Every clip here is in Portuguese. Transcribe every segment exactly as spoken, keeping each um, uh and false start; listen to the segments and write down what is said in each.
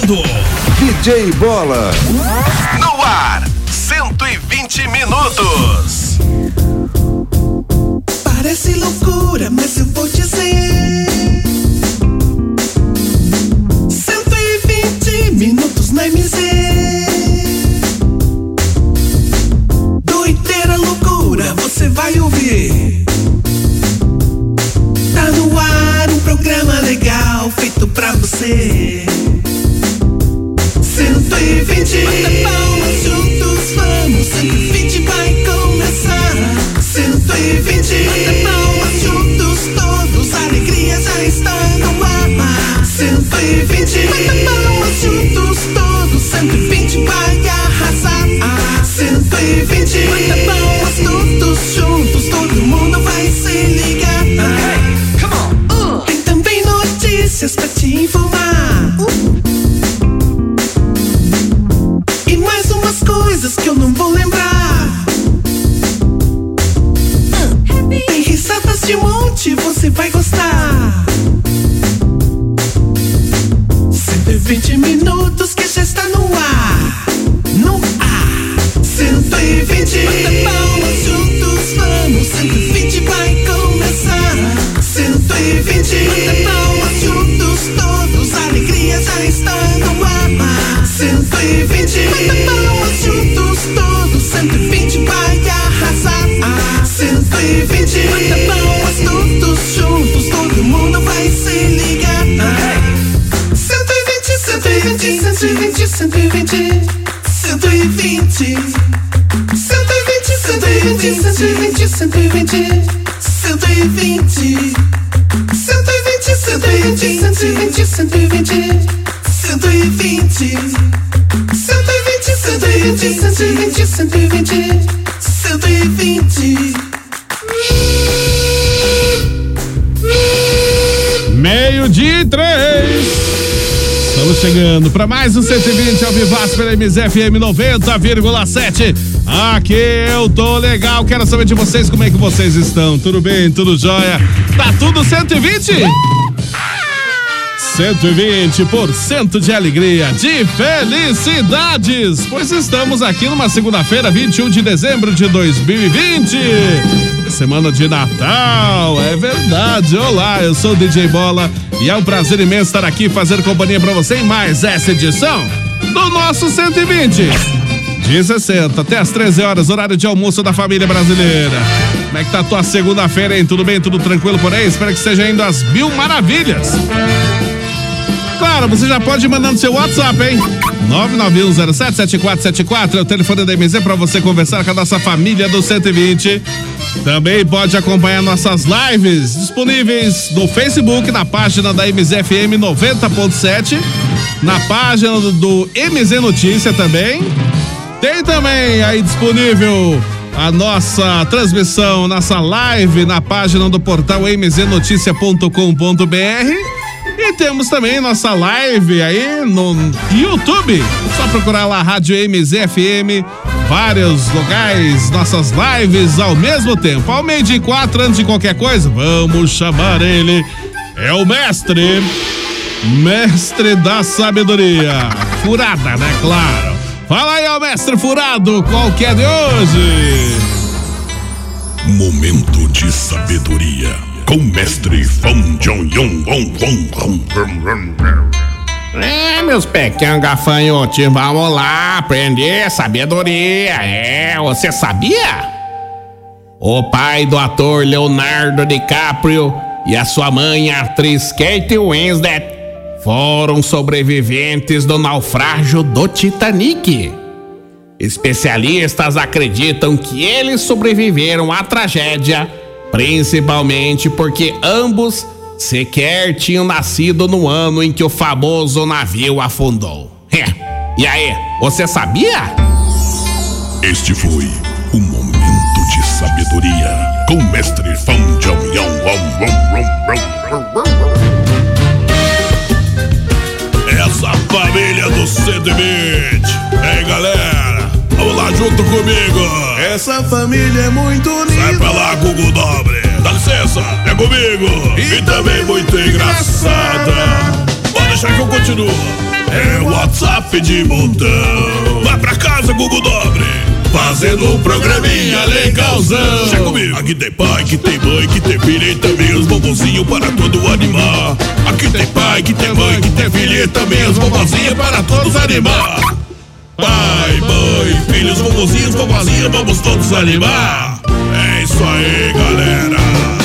apresentando D J Bola. No ar, cento e vinte minutos. Parece loucura, mas eu vou dizer. cento e vinte minutos na M Z. Doideira, loucura, você vai ouvir. Tá no ar um programa legal feito pra você. cento e vinte, bata palmas juntos, vamos. cento e vinte vai começar. cento e vinte, bata palmas juntos todos, a alegria já está no ar. cento e vinte, bata palmas juntos todos, cento e vinte vai arrasar. cento e vinte, bata palmas todos juntos, todo mundo vai se ligar. Tem também notícias pra te informar. E mais umas coisas que eu não vou lembrar. Tem risadas de monte, você vai gostar. cento e vinte minutos que já está no ar. No ar. cento e vinte, bata palmas juntos, vamos. cento e vinte vai começar. cento e vinte, bata palmas juntos todos, a alegria já está no ar. cento e vinte, bata palmas juntos todos, cento e vinte vai arrasar. cento e vinte, bata palmas todos juntos, todo mundo vai se ligar. cento e vinte, cento e vinte, cento e vinte, cento e vinte, cento e vinte, cento e vinte, cento e vinte, cento e vinte, cento e vinte, cento e vinte, cento e vinte, cento e vinte, cento e vinte, cento e vinte, cento e vinte, cento e vinte, cento e vinte, cento e vinte, cento e vinte, cento e vinte. Meio-dia e três. Estamos chegando para mais um cento e vinte ao Vivaço pela M Z F M noventa vírgula sete. Aqui eu tô legal, quero saber de vocês como é que vocês estão. Tudo bem? Tudo jóia? Tá tudo cento e vinte? cento e vinte por cento de alegria, de felicidades, pois estamos aqui numa segunda-feira, vinte e um de dezembro de dois mil e vinte, semana de Natal, é verdade. Olá, eu sou o D J Bola e é um prazer imenso estar aqui fazendo companhia pra você em mais essa edição do nosso cento e vinte. De sessenta até as treze horas, horário de almoço da família brasileira. Como é que tá a tua segunda-feira, hein? Tudo bem? Tudo tranquilo por aí? Espero que seja indo às mil maravilhas. Claro, você já pode ir mandando seu WhatsApp, hein? nove nove um zero sete sete quatro sete quatro é o telefone da M Z para você conversar com a nossa família do cento e vinte. Também pode acompanhar nossas lives disponíveis no Facebook, na página da M Z F M noventa ponto sete, na página do, do M Z Notícia também. Tem também aí disponível a nossa transmissão, nossa live na página do portal m z noticia ponto com ponto b r. E temos também nossa live aí no YouTube. Só procurar lá Rádio M Z F M, vários lugares, nossas lives ao mesmo tempo. Ao meio de quatro, antes de qualquer coisa, vamos chamar ele. É o mestre, mestre da sabedoria. Furada, né? Claro. Fala aí, ó, mestre Furado, qual que é de hoje? Momento de sabedoria com mestre Fão Jong Yong Wong Wong. É, meus pequenos gafanhotos, vamos lá aprender sabedoria. É, você sabia? O pai do ator Leonardo DiCaprio e a sua mãe, a atriz Kate Winslet, foram sobreviventes do naufrágio do Titanic. Especialistas acreditam que eles sobreviveram à tragédia, principalmente porque ambos sequer tinham nascido no ano em que o famoso navio afundou. E aí, você sabia? Este foi o Momento de Sabedoria com o mestre Fão Jong Yong Wong. Essa família do cento e vinte. Ei, galera, vamos lá junto comigo. Essa família é muito unida. Sai pra lá, Gugu Dobre. Dá licença, é comigo. E, e também muito engraçada. Pode deixar que eu continuo. É o WhatsApp de montão. Vai pra casa, Gugu Dobre, fazendo um programinha legalzão. Chega comigo. Aqui tem pai, que tem mãe, que tem filha e também os bobozinhos para todo animar. Aqui tem pai, que tem mãe, que tem filha e também os bobozinhos para todos animar. Pai, mãe, filhos, bobozinhos, bobozinhas, vamos todos animar. É isso aí, galera.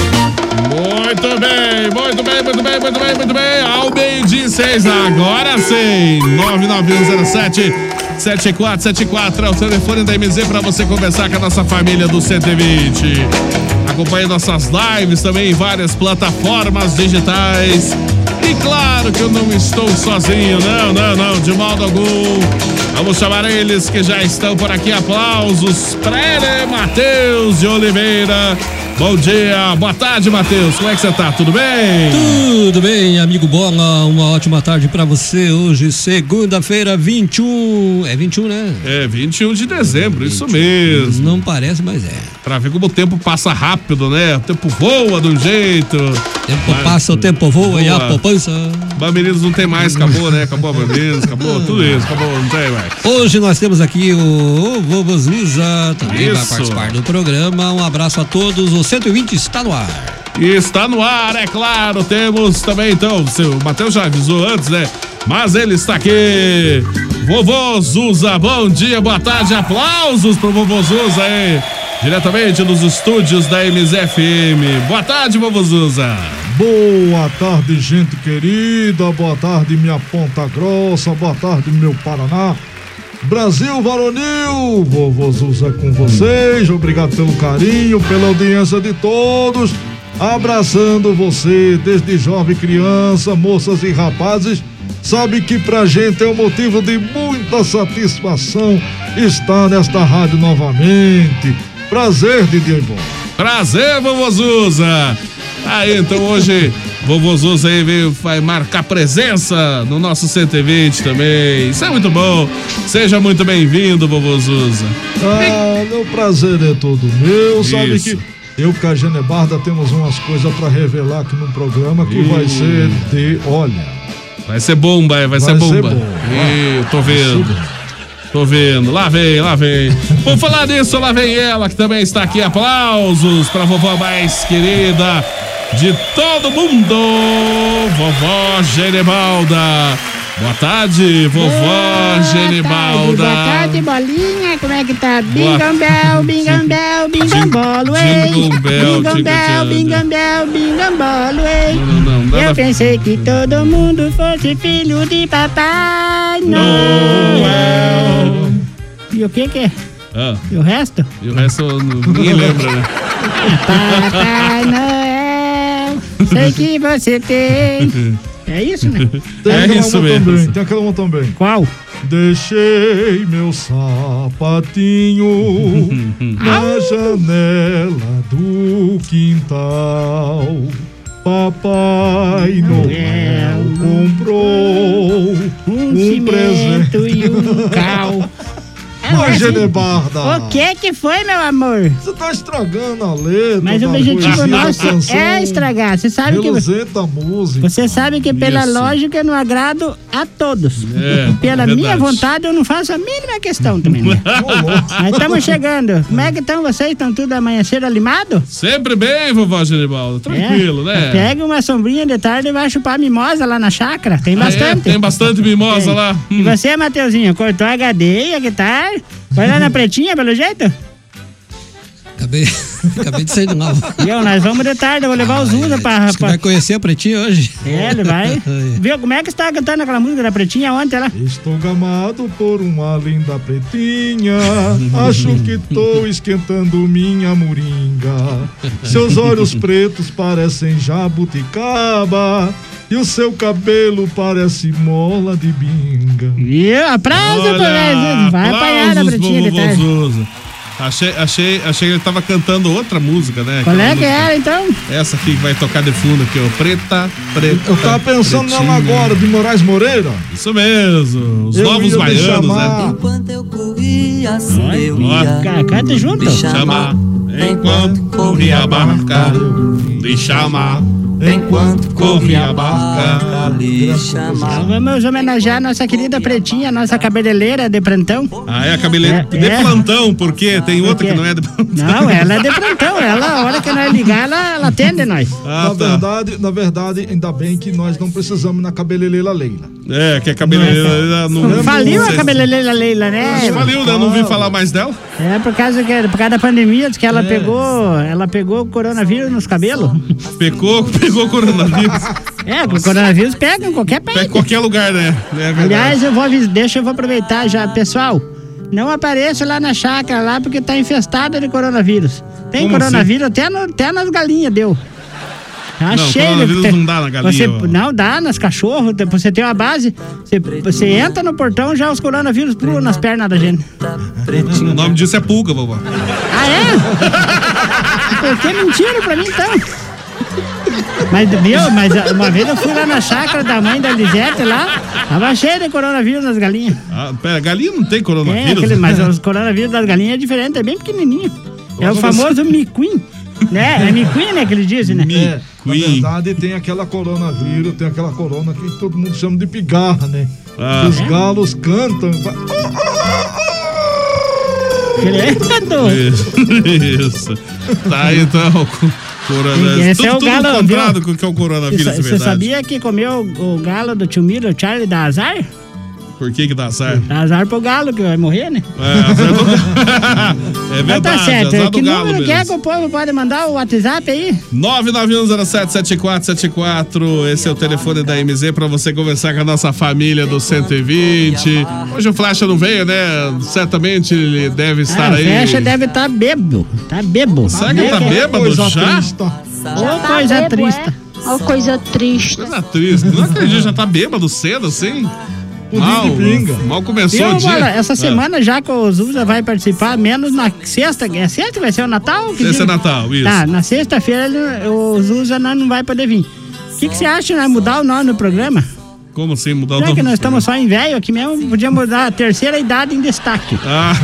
Muito bem, muito bem, muito bem, muito bem, muito bem. Ao meio-dia e seis, agora sim. nove nove um zero sete sete quatro sete quatro é o telefone da M Z para você conversar com a nossa família do cento e vinte. Acompanhe nossas lives também em várias plataformas digitais. E claro que eu não estou sozinho, não, não, não, de modo algum. Vamos chamar eles que já estão por aqui. Aplausos para ele, Matheus de Oliveira. Bom dia, boa tarde, Matheus. Como é que você tá? Tudo bem? Tudo bem, amigo Bola. Uma ótima tarde pra você. Hoje, segunda-feira, vinte e um. É vinte e um, né? É, vinte e um de dezembro, isso mesmo. Não parece, mas é. Pra ver como o tempo passa rápido, né? O tempo voa de um jeito. O tempo mas, passa, o tempo voa, voa. E a poupança. Bamerinos não tem mais, acabou, né? Acabou a Bamerinos, acabou tudo isso, acabou, não tem mais. Hoje nós temos aqui o Vovô Zuza, também isso. vai participar do programa. Um abraço a todos. O cento e vinte está no ar. E está no ar, é claro. Temos também, então, o Matheus já avisou antes, né? Mas ele está aqui. Vovô Zuza, bom dia, boa tarde. Aplausos pro Vovô Zuza aí, diretamente dos estúdios da M Z F M. Boa tarde, Vovô Zuza. Boa tarde, gente querida. Boa tarde, minha Ponta Grossa. Boa tarde, meu Paraná. Brasil varonil, Vovô Zuza com vocês. Obrigado pelo carinho, pela audiência de todos. Abraçando você desde jovem, criança, moças e rapazes. Sabe que pra gente é um motivo de muita satisfação estar nesta rádio novamente. Prazer, D J Bola. Prazer, Vovô Zuza. Aí, então hoje, Vovô Zuza aí veio, vai marcar presença no nosso cento e vinte também. Isso é muito bom. Seja muito bem-vindo, Vovô Zuza. Ah, meu prazer é todo meu. Sabe Isso. que eu com a Genebarda temos umas coisas pra revelar aqui no programa que Ih. vai ser de, olha... Vai ser bomba, vai, vai ser bomba. Ser bom. Ih, eu tô vendo. Tô vendo, lá vem, lá vem. Por falar nisso, lá vem ela que também está aqui. Aplausos pra vovó mais querida de todo mundo, vovó Genibalda. Boa tarde, vovó boa Genibalda. Tarde, boa tarde, Bolinha, como é que tá? Bingambel, bingambel, bingambolo, ei. Jingle-bell, Bingambel, bingambel, bingambolo, ei. Não, não, não, Eu nada... pensei que todo mundo fosse filho de Papai Noel. E o que que é? Ah, E o resto? e o resto ninguém lembra, né? Papai Noel, sei que você tem. É isso, né? Tem É aquela isso uma mesmo. Também, tem aquela uma também. Qual? Deixei meu sapatinho na janela do quintal. Papai Noel comprou Um, um cimento presente. e um cal. Mas, Genebarda, O que que foi, meu amor? você tá estragando a letra. Mas o da objetivo poesia, da nosso canção, é estragar. Você sabe que reluzente da música. você sabe que pela Isso. lógica eu não agrado a todos. É, E pela verdade. minha vontade eu não faço a mínima questão também. Né? Mas estamos chegando. Como é que estão vocês? Estão tudo amanhecer animado? Sempre bem, vovó Genibalda. Tranquilo, É. né? Pega uma sombrinha de tarde e vai chupar mimosa lá na chácara. Tem Ah, é? bastante. Tem bastante mimosa Tem. lá. E você, Mateuzinho, cortou a H D e a guitarra? Vai lá na pretinha, pelo jeito? Acabei, acabei de sair de novo. E eu, nós vamos de tarde, eu vou levar os Zuza pra... Acho que pra... vai conhecer a Pretinha hoje. É, ele vai. Viu como é que você tava cantando aquela música da Pretinha ontem lá? Estou gamado por uma linda pretinha. Acho que tô esquentando minha moringa. Seus olhos pretos parecem jabuticaba. E o seu cabelo parece mola de binga. Viu? Aplauso pro velho. Vai apanhar a Pretinha de tarde. Zuza. Achei, achei, achei que ele tava cantando outra música, né? Qual Aquela é que música- era, então? Essa aqui que vai tocar de fundo aqui, ó. Preta, preta. Eu tava pensando pretinha. nela agora, de Moraes Moreira. Isso mesmo. Os Eu novos ia me baianos, chamar. né? Enquanto eu corria, assim eu Ó. ia Cara, canta junto. me Chamar enquanto corria a barca. De chamar enquanto corria a barca. lhe chamava. Vamos homenagear nossa querida Pretinha, nossa cabeleireira de plantão. Ah, é a cabeleira É, de é. plantão, por quê? Tem outra quê? que não é de plantão. Não, ela é de plantão. Ela, a hora que nós ligar, ela, ela atende nós. Ah, na tá. verdade, na verdade, ainda bem que nós não precisamos na cabeleireira Leila. É, que a cabeleireira não... Faliu não a sei- cabeleireira Leila, né? Faliu, né? Eu não vi falar mais dela. É por causa, que, por causa da pandemia, diz que ela pegou, ela pegou o coronavírus nos cabelos. Pegou, pegou coronavírus. É, o coronavírus pega em qualquer Pega em parte. qualquer lugar, né? É verdade. Aliás, eu vou avis- deixa eu vou aproveitar já, pessoal. Não apareça lá na chácara lá porque tá infestada de coronavírus. Tem Como coronavírus até, no- até nas galinhas deu. Tá Não, cheio. coronavírus tem- não dá na galinha, Você, ó. não dá nas cachorros. tem- Você tem uma base. Você, você entra no portão já os coronavírus pulam nas pernas da gente. O nome disso é pulga, vovó. Ah, é? Por que mentiram pra mim então? Mas, viu, mas uma vez eu fui lá na chácara da mãe da Lisete lá, tava cheio de coronavírus nas galinhas. Ah, pera, galinha não tem É, coronavírus? aquele, mas os coronavírus das galinhas é diferente, é bem pequenininho. É o famoso miquim, né? É miquim, né, que eles dizem, né? É, na Queen. verdade, tem aquela coronavírus, tem aquela corona que todo mundo chama de pigarra, né? Ah. Os galos cantam. Credo. Isso. Isso. Tá, então, co- coronavírus. Esse tudo, é o tudo galo, comprado viu? com o que é o coronavírus, Você é você verdade. sabia que comeu o, o galo do tio Miro, o Charlie, dá azar? Por que que dá certo? Dá azar pro galo, que vai morrer, né? É, azar do... é Mas verdade, tá certo. azar do Que galo número que é que mesmo. o povo pode mandar o WhatsApp aí? nove nove um zero sete sete quatro sete quatro, esse é o telefone da M Z pra você conversar com a nossa família do cento e vinte. Hoje o Flecha não veio, né? Certamente ele deve estar Ah, o aí. Fecha deve estar bebo. Tá bebo. Será que ele tá bêbado Coisa já? triste. Ô, coisa triste. Ó, coisa triste. Coisa triste. Não acredito, já tá bêbado cedo assim? Mal, de pinga. mal começou Viu, o dia. Bola, essa Ah, semana já que o Zuza vai participar, menos na sexta. É sexta? Vai ser o Natal? Que Esse dia? é Natal, isso. Tá, na sexta-feira ele- o Zuza não, não vai poder vir. O que, que você acha, né? Mudar o nome do programa? Como assim mudar o Já nome? que nós estamos só em velho aqui mesmo, podia mudar a terceira idade em destaque. Ah.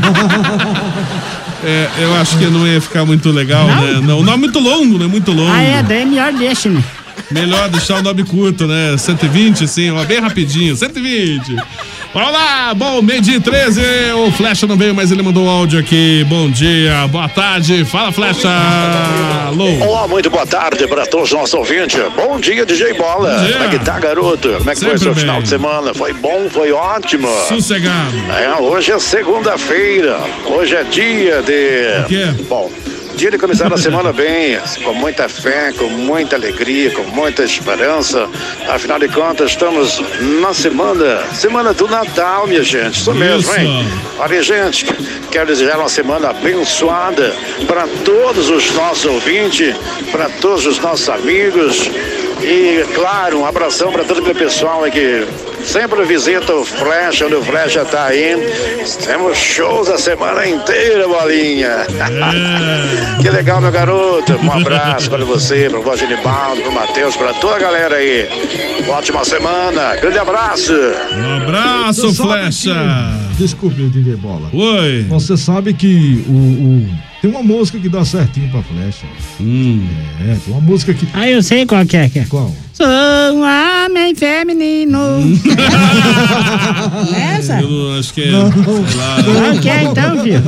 É, eu acho que não ia ficar muito legal, Não? né? Não, o nome é muito longo, né? Muito longo. Ah, é, daí é melhor deixa, né? Melhor deixar o nome curto, né? cento e vinte, assim, ó, bem rapidinho. cento e vinte. Vamos lá, bom, meio-dia e treze. O Flecha não veio, mas ele mandou um áudio aqui. Bom dia, boa tarde. Fala, Flecha. Alô. Olá, muito boa tarde para todos os nossos ouvintes. Bom dia, D J Bola. Bom dia. Como é que tá, garoto? Como é que Sempre foi seu bem. final de semana? Foi bom? Foi ótimo? Sossegado. É, hoje é segunda-feira. Hoje é dia de... O quê? Bom, dia de começar a semana bem, com muita fé, com muita alegria, com muita esperança. Afinal de contas, estamos na semana, semana do Natal, minha gente. Isso mesmo, hein? Olha, gente, quero desejar uma semana abençoada para todos os nossos ouvintes, para todos os nossos amigos. E, claro, um abração para todo aquele pessoal aí que sempre visita o Flecha, onde o Flecha tá aí. Temos shows a semana inteira, Bolinha. Que legal, meu garoto. Um abraço para você, para o Voz Genibaldo, para o Matheus, para toda a galera aí. Ótima semana. Grande abraço. Um abraço, Você sabe Flecha. que- Desculpe, D J Bola. Oi. Você sabe que o, o- tem uma música que dá certinho pra Flecha. Hum. É, tem uma música que... Ah, eu sei qual que é. Que é. Qual? Sou um homem feminino. É essa? Eu acho que é. Não. Sei lá. Qual que é então, filho?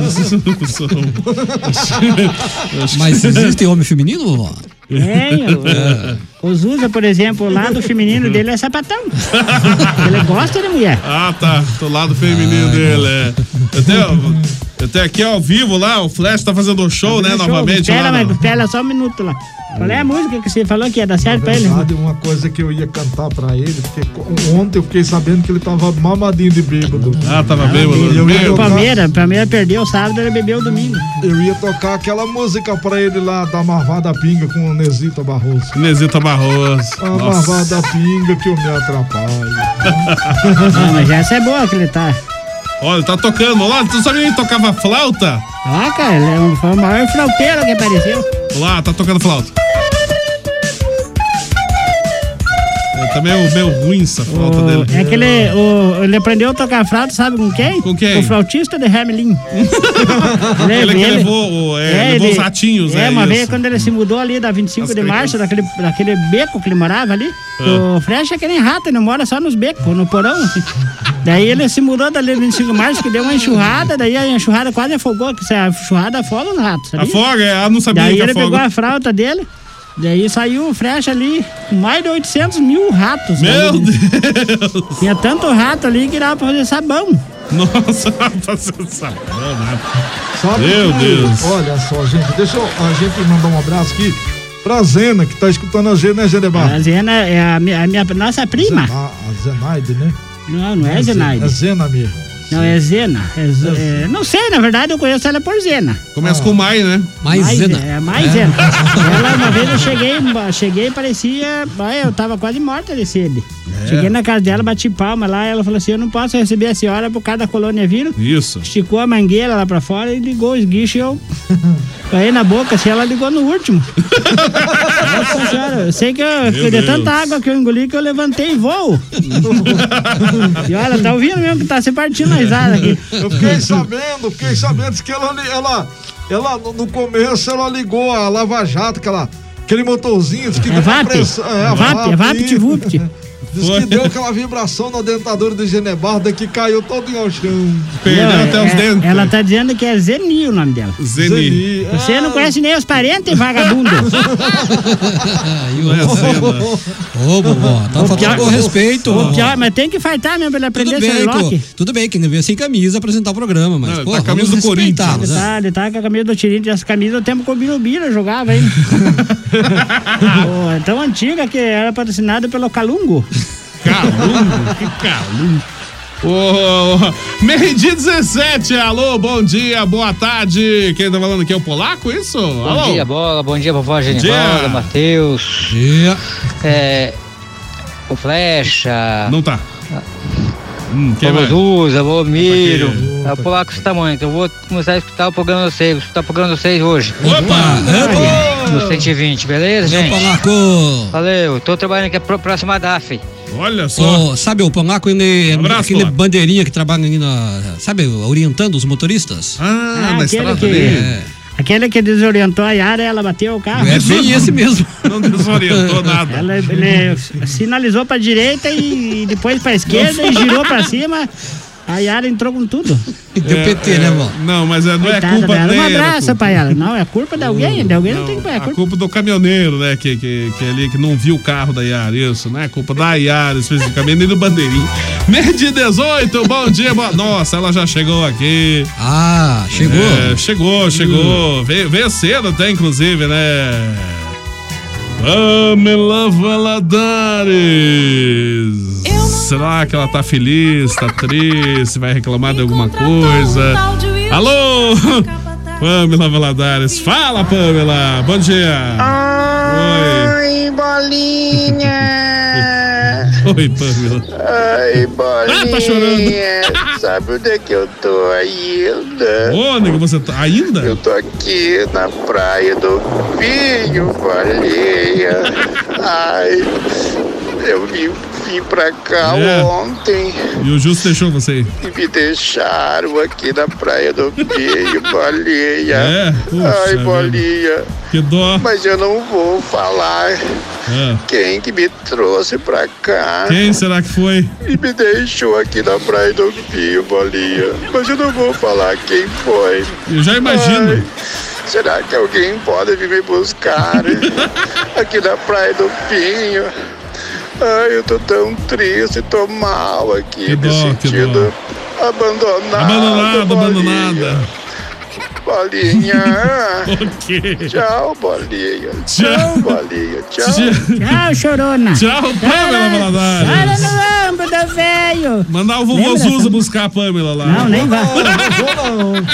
Mas existe homem feminino, vovó? Tem, o, o Zuza, por exemplo, o lado feminino dele é sapatão. Ele gosta de mulher. Ah, tá. Do lado feminino dele, é. Até, até aqui ao vivo lá, o Flash tá fazendo um show, né? Show. Novamente. Espera, lá mas no- espera só um minuto lá. Qual é a música que você falou que ia dar certo Na pra ele? verdade, uma coisa que eu ia cantar pra ele, porque co- ontem eu fiquei sabendo que ele tava mamadinho de bêbado. Ah, tava bêbado. Eu ia, O tocar, Palmeiras, o Palmeiras perdeu o sábado, ele bebeu o domingo. eu ia tocar aquela música pra ele lá, da Marvada Pinga com o Nesita Barroso. Inesita Barroso. A Nossa. Marvada Pinga que eu me atrapalho. Ah, mas essa é boa que ele tá. Olha, tá tocando. Olá, tu sabia que ele tocava flauta? Ah, cara, ele é um, foi o maior flauteiro que apareceu. Olá, tá tocando flauta. É, também é meio ruim essa flauta o, dele. É que ele, o, ele aprendeu a tocar flauta, sabe com quem? Com quem? O flautista de Hamelin. ele, ele que levou, é, é, levou ele, os ratinhos, É, é uma isso. vez quando ele se mudou ali da vinte e cinco As de março, daquele, daquele beco que ele morava ali, ah. o Frecha é que nem rato, ele mora só nos becos, no porão, assim. Daí ele se mudou dali vinte e cinco de março, que deu uma enxurrada, daí a enxurrada quase afogou, que a enxurrada afoga os ratos, sabia? Afoga, ela não sabia daí que ele afoga. pegou a fralda dele, daí saiu o Frecha ali com mais de oitocentos mil ratos. Meu ali. Deus! Tinha tanto rato ali que dava pra fazer sabão. Nossa, tá fazendo sabão, né? Sabe Meu que, Deus. Olha só, gente, deixa eu, a gente mandar um abraço aqui pra Zena, que tá escutando a gente, né, Genebar? A Zena é a minha, a minha nossa prima. Zena, a Zenaide, né? Não, não é Zenaide. É Zena mesmo. Não, é Zena. É, é, é, não sei, na verdade eu conheço ela por Zena. Começa ah. com Mai, né? Maisena. É, Maisena. É. Ela, uma vez eu cheguei, cheguei e parecia. Eu tava quase morta de sede. É. Cheguei na casa dela, bati palma lá, ela falou assim: eu não posso receber a senhora por causa da colônia vírus. Isso. Esticou a mangueira lá pra fora e ligou o esguicho e eu caí na boca, assim, ela ligou no último. Nossa senhora, eu sei que, eu, que de tanta água que eu engoli que eu levantei e voo. E olha, tá ouvindo mesmo que tá se partindo a risada aqui. Eu fiquei sabendo, fiquei sabendo que ela, ela, ela no começo ela ligou a Lava Jato, aquela, aquele motorzinho. Que é VAP, pressão, é, é VAP, é VAP-Vupt. Diz que deu aquela vibração na dentadura do Genebar, daqui caiu todo ao chão. Perdeu não, até é, os dentes. Ela tá dizendo que é Zeni o nome dela. Zeni. Zeni. Você ah. não conhece nem os parentes, vagabundo. Não é Zena. Ô, vovó, tá faltando com respeito. O pior, mas tem que fartar mesmo pra ele aprender esse relógio. Tudo bem, que não veio sem camisa apresentar o programa, mas, não, pô, tá a camisa do Corinthians. Ele tá, ele tá com a camisa do Corinthians, essa camisa do tempo que o Birubiru jogava, hein? Pô, é tão antiga que era patrocinada pelo Calungo. Calungo? Que calungo? Oh, meio-dia dezessete, alô, bom dia, boa tarde. Quem tá falando aqui é o Polaco, isso? Bom alô? dia, Bola, bom dia, vovó Genivalda, Matheus. Bom dia. É, o Flecha. Não tá. Hum, quem o Zuza, o Miro. Opa, é o Polaco que está muito. Eu vou começar a escutar o programa de vocês. Vou escutar o programa de vocês hoje. Opa! Opa! No cento e vinte, beleza, gente? Polaco! Valeu, tô trabalhando aqui próxima da F. Olha só. Oh, sabe, o Polaco, ele é Abraço, aquele Polaco. bandeirinha que trabalha ali na. Sabe, orientando os motoristas? Ah, Ah, na aquele estrada que- ali. É. Aquele que desorientou a Yara, ela bateu o carro. É bem esse mesmo. Não desorientou nada. Ela, ele sinalizou pra direita e depois pra esquerda e girou pra cima. A Yara entrou com tudo. Deu P T, né, irmão? Não, mas é, não é Coitada culpa dela. dela. Um abraço pra ela. Não, é culpa de alguém. De alguém não, Não, tem que pôr. a culpa do caminhoneiro, né? Que, que, que ali que não viu o carro da Yara, isso, não é culpa da Yara especificamente, nem do bandeirinho. Meio de dezoito, bom dia, boa... Nossa, ela já chegou aqui. Ah, chegou? É, chegou, chegou. Hum. Veio, veio cedo até, inclusive, né? Pamela Valadares. Será que ela tá feliz, tá triste, vai reclamar de alguma coisa? Alô? Pamela Valadares. Fala, Pamela. Bom dia. Oi, bolinha. Oi, Pamela. Ai, bolinha. Ah, tá chorando. Sabe onde é que eu tô ainda? Ô, nego, você tá ainda? Eu tô aqui na praia do Vinho, bolinha. Ai, eu vim, vim pra cá É. ontem E o Justo deixou você? e me deixaram aqui na praia do Vinho, bolinha. É? Puxa Ai, vida. bolinha. Que dó. Mas eu não vou falar É. quem que me trouxe pra cá. Quem será que foi? E me deixou aqui na praia do Vinho, bolinha. Mas eu não vou falar quem foi. Eu já imagino. Ai, será que alguém pode vir me buscar aqui na praia do Vinho? Ai, eu tô tão triste, tô mal aqui, Que me dó, que sentindo abandonado. Abandonada, bolinha. abandonada. Bolinha. Ok. Tchau, bolinha. Tchau. Tchau, bolinha. Tchau. Tchau, chorona. Tchau, Pamela Para Valadares. no ombro do velho. Mandar o vovô Lembra Zuza dessa? buscar a Pamela lá. Não, nem vai. Não, não vou não.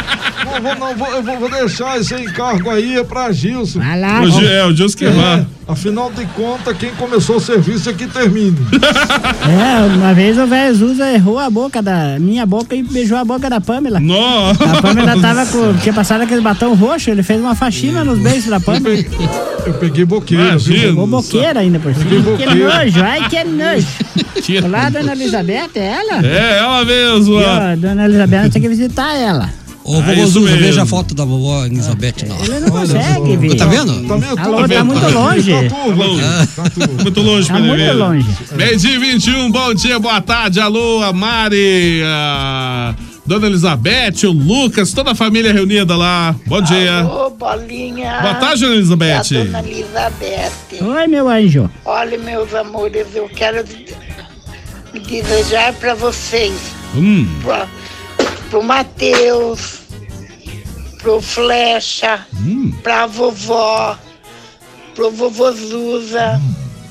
não, vou, não, vou, eu vou, vou deixar esse encargo aí é pra Gilson. Vai lá. O, é, o Gilson que vai. É, afinal de contas, quem começou o serviço é que termine. É, uma vez o velho Zuza errou a boca da minha boca e beijou a boca da Pamela. Nossa. A Pamela tava com, tinha passado aquele batom roxo, ele fez uma faxina nos beijos da Pamela. Eu peguei, eu peguei boqueira, viu? Pegou boqueira ainda por cima. Que nojo, ai que nojo. Tira. Olá, dona Elizabeth, é ela? É, ela mesmo. Ó, dona Elizabeth, tem que visitar ela. Ô, vovô isso Zuza, mesmo. veja a foto da vovó Elizabeth. Não. Ele não consegue ver. Tá vendo? Tá, meio Alô, tudo, tá muito longe. Tá tudo, longe. tá tudo. Muito longe, Tá pra ele muito ver. longe. Meio-dia e vinte e um, bom dia, boa tarde. Alô, a Mari, a Dona Elizabeth, o Lucas, toda a família reunida lá. Bom dia. Alô, Bolinha. Boa tarde, Dona Elizabeth. É a Dona Elizabeth. Oi, meu anjo. Olha, meus amores, eu quero de- desejar para vocês, Hum. pra, pro Matheus, pro Flecha, Hum. pra vovó, pro vovô Zuza,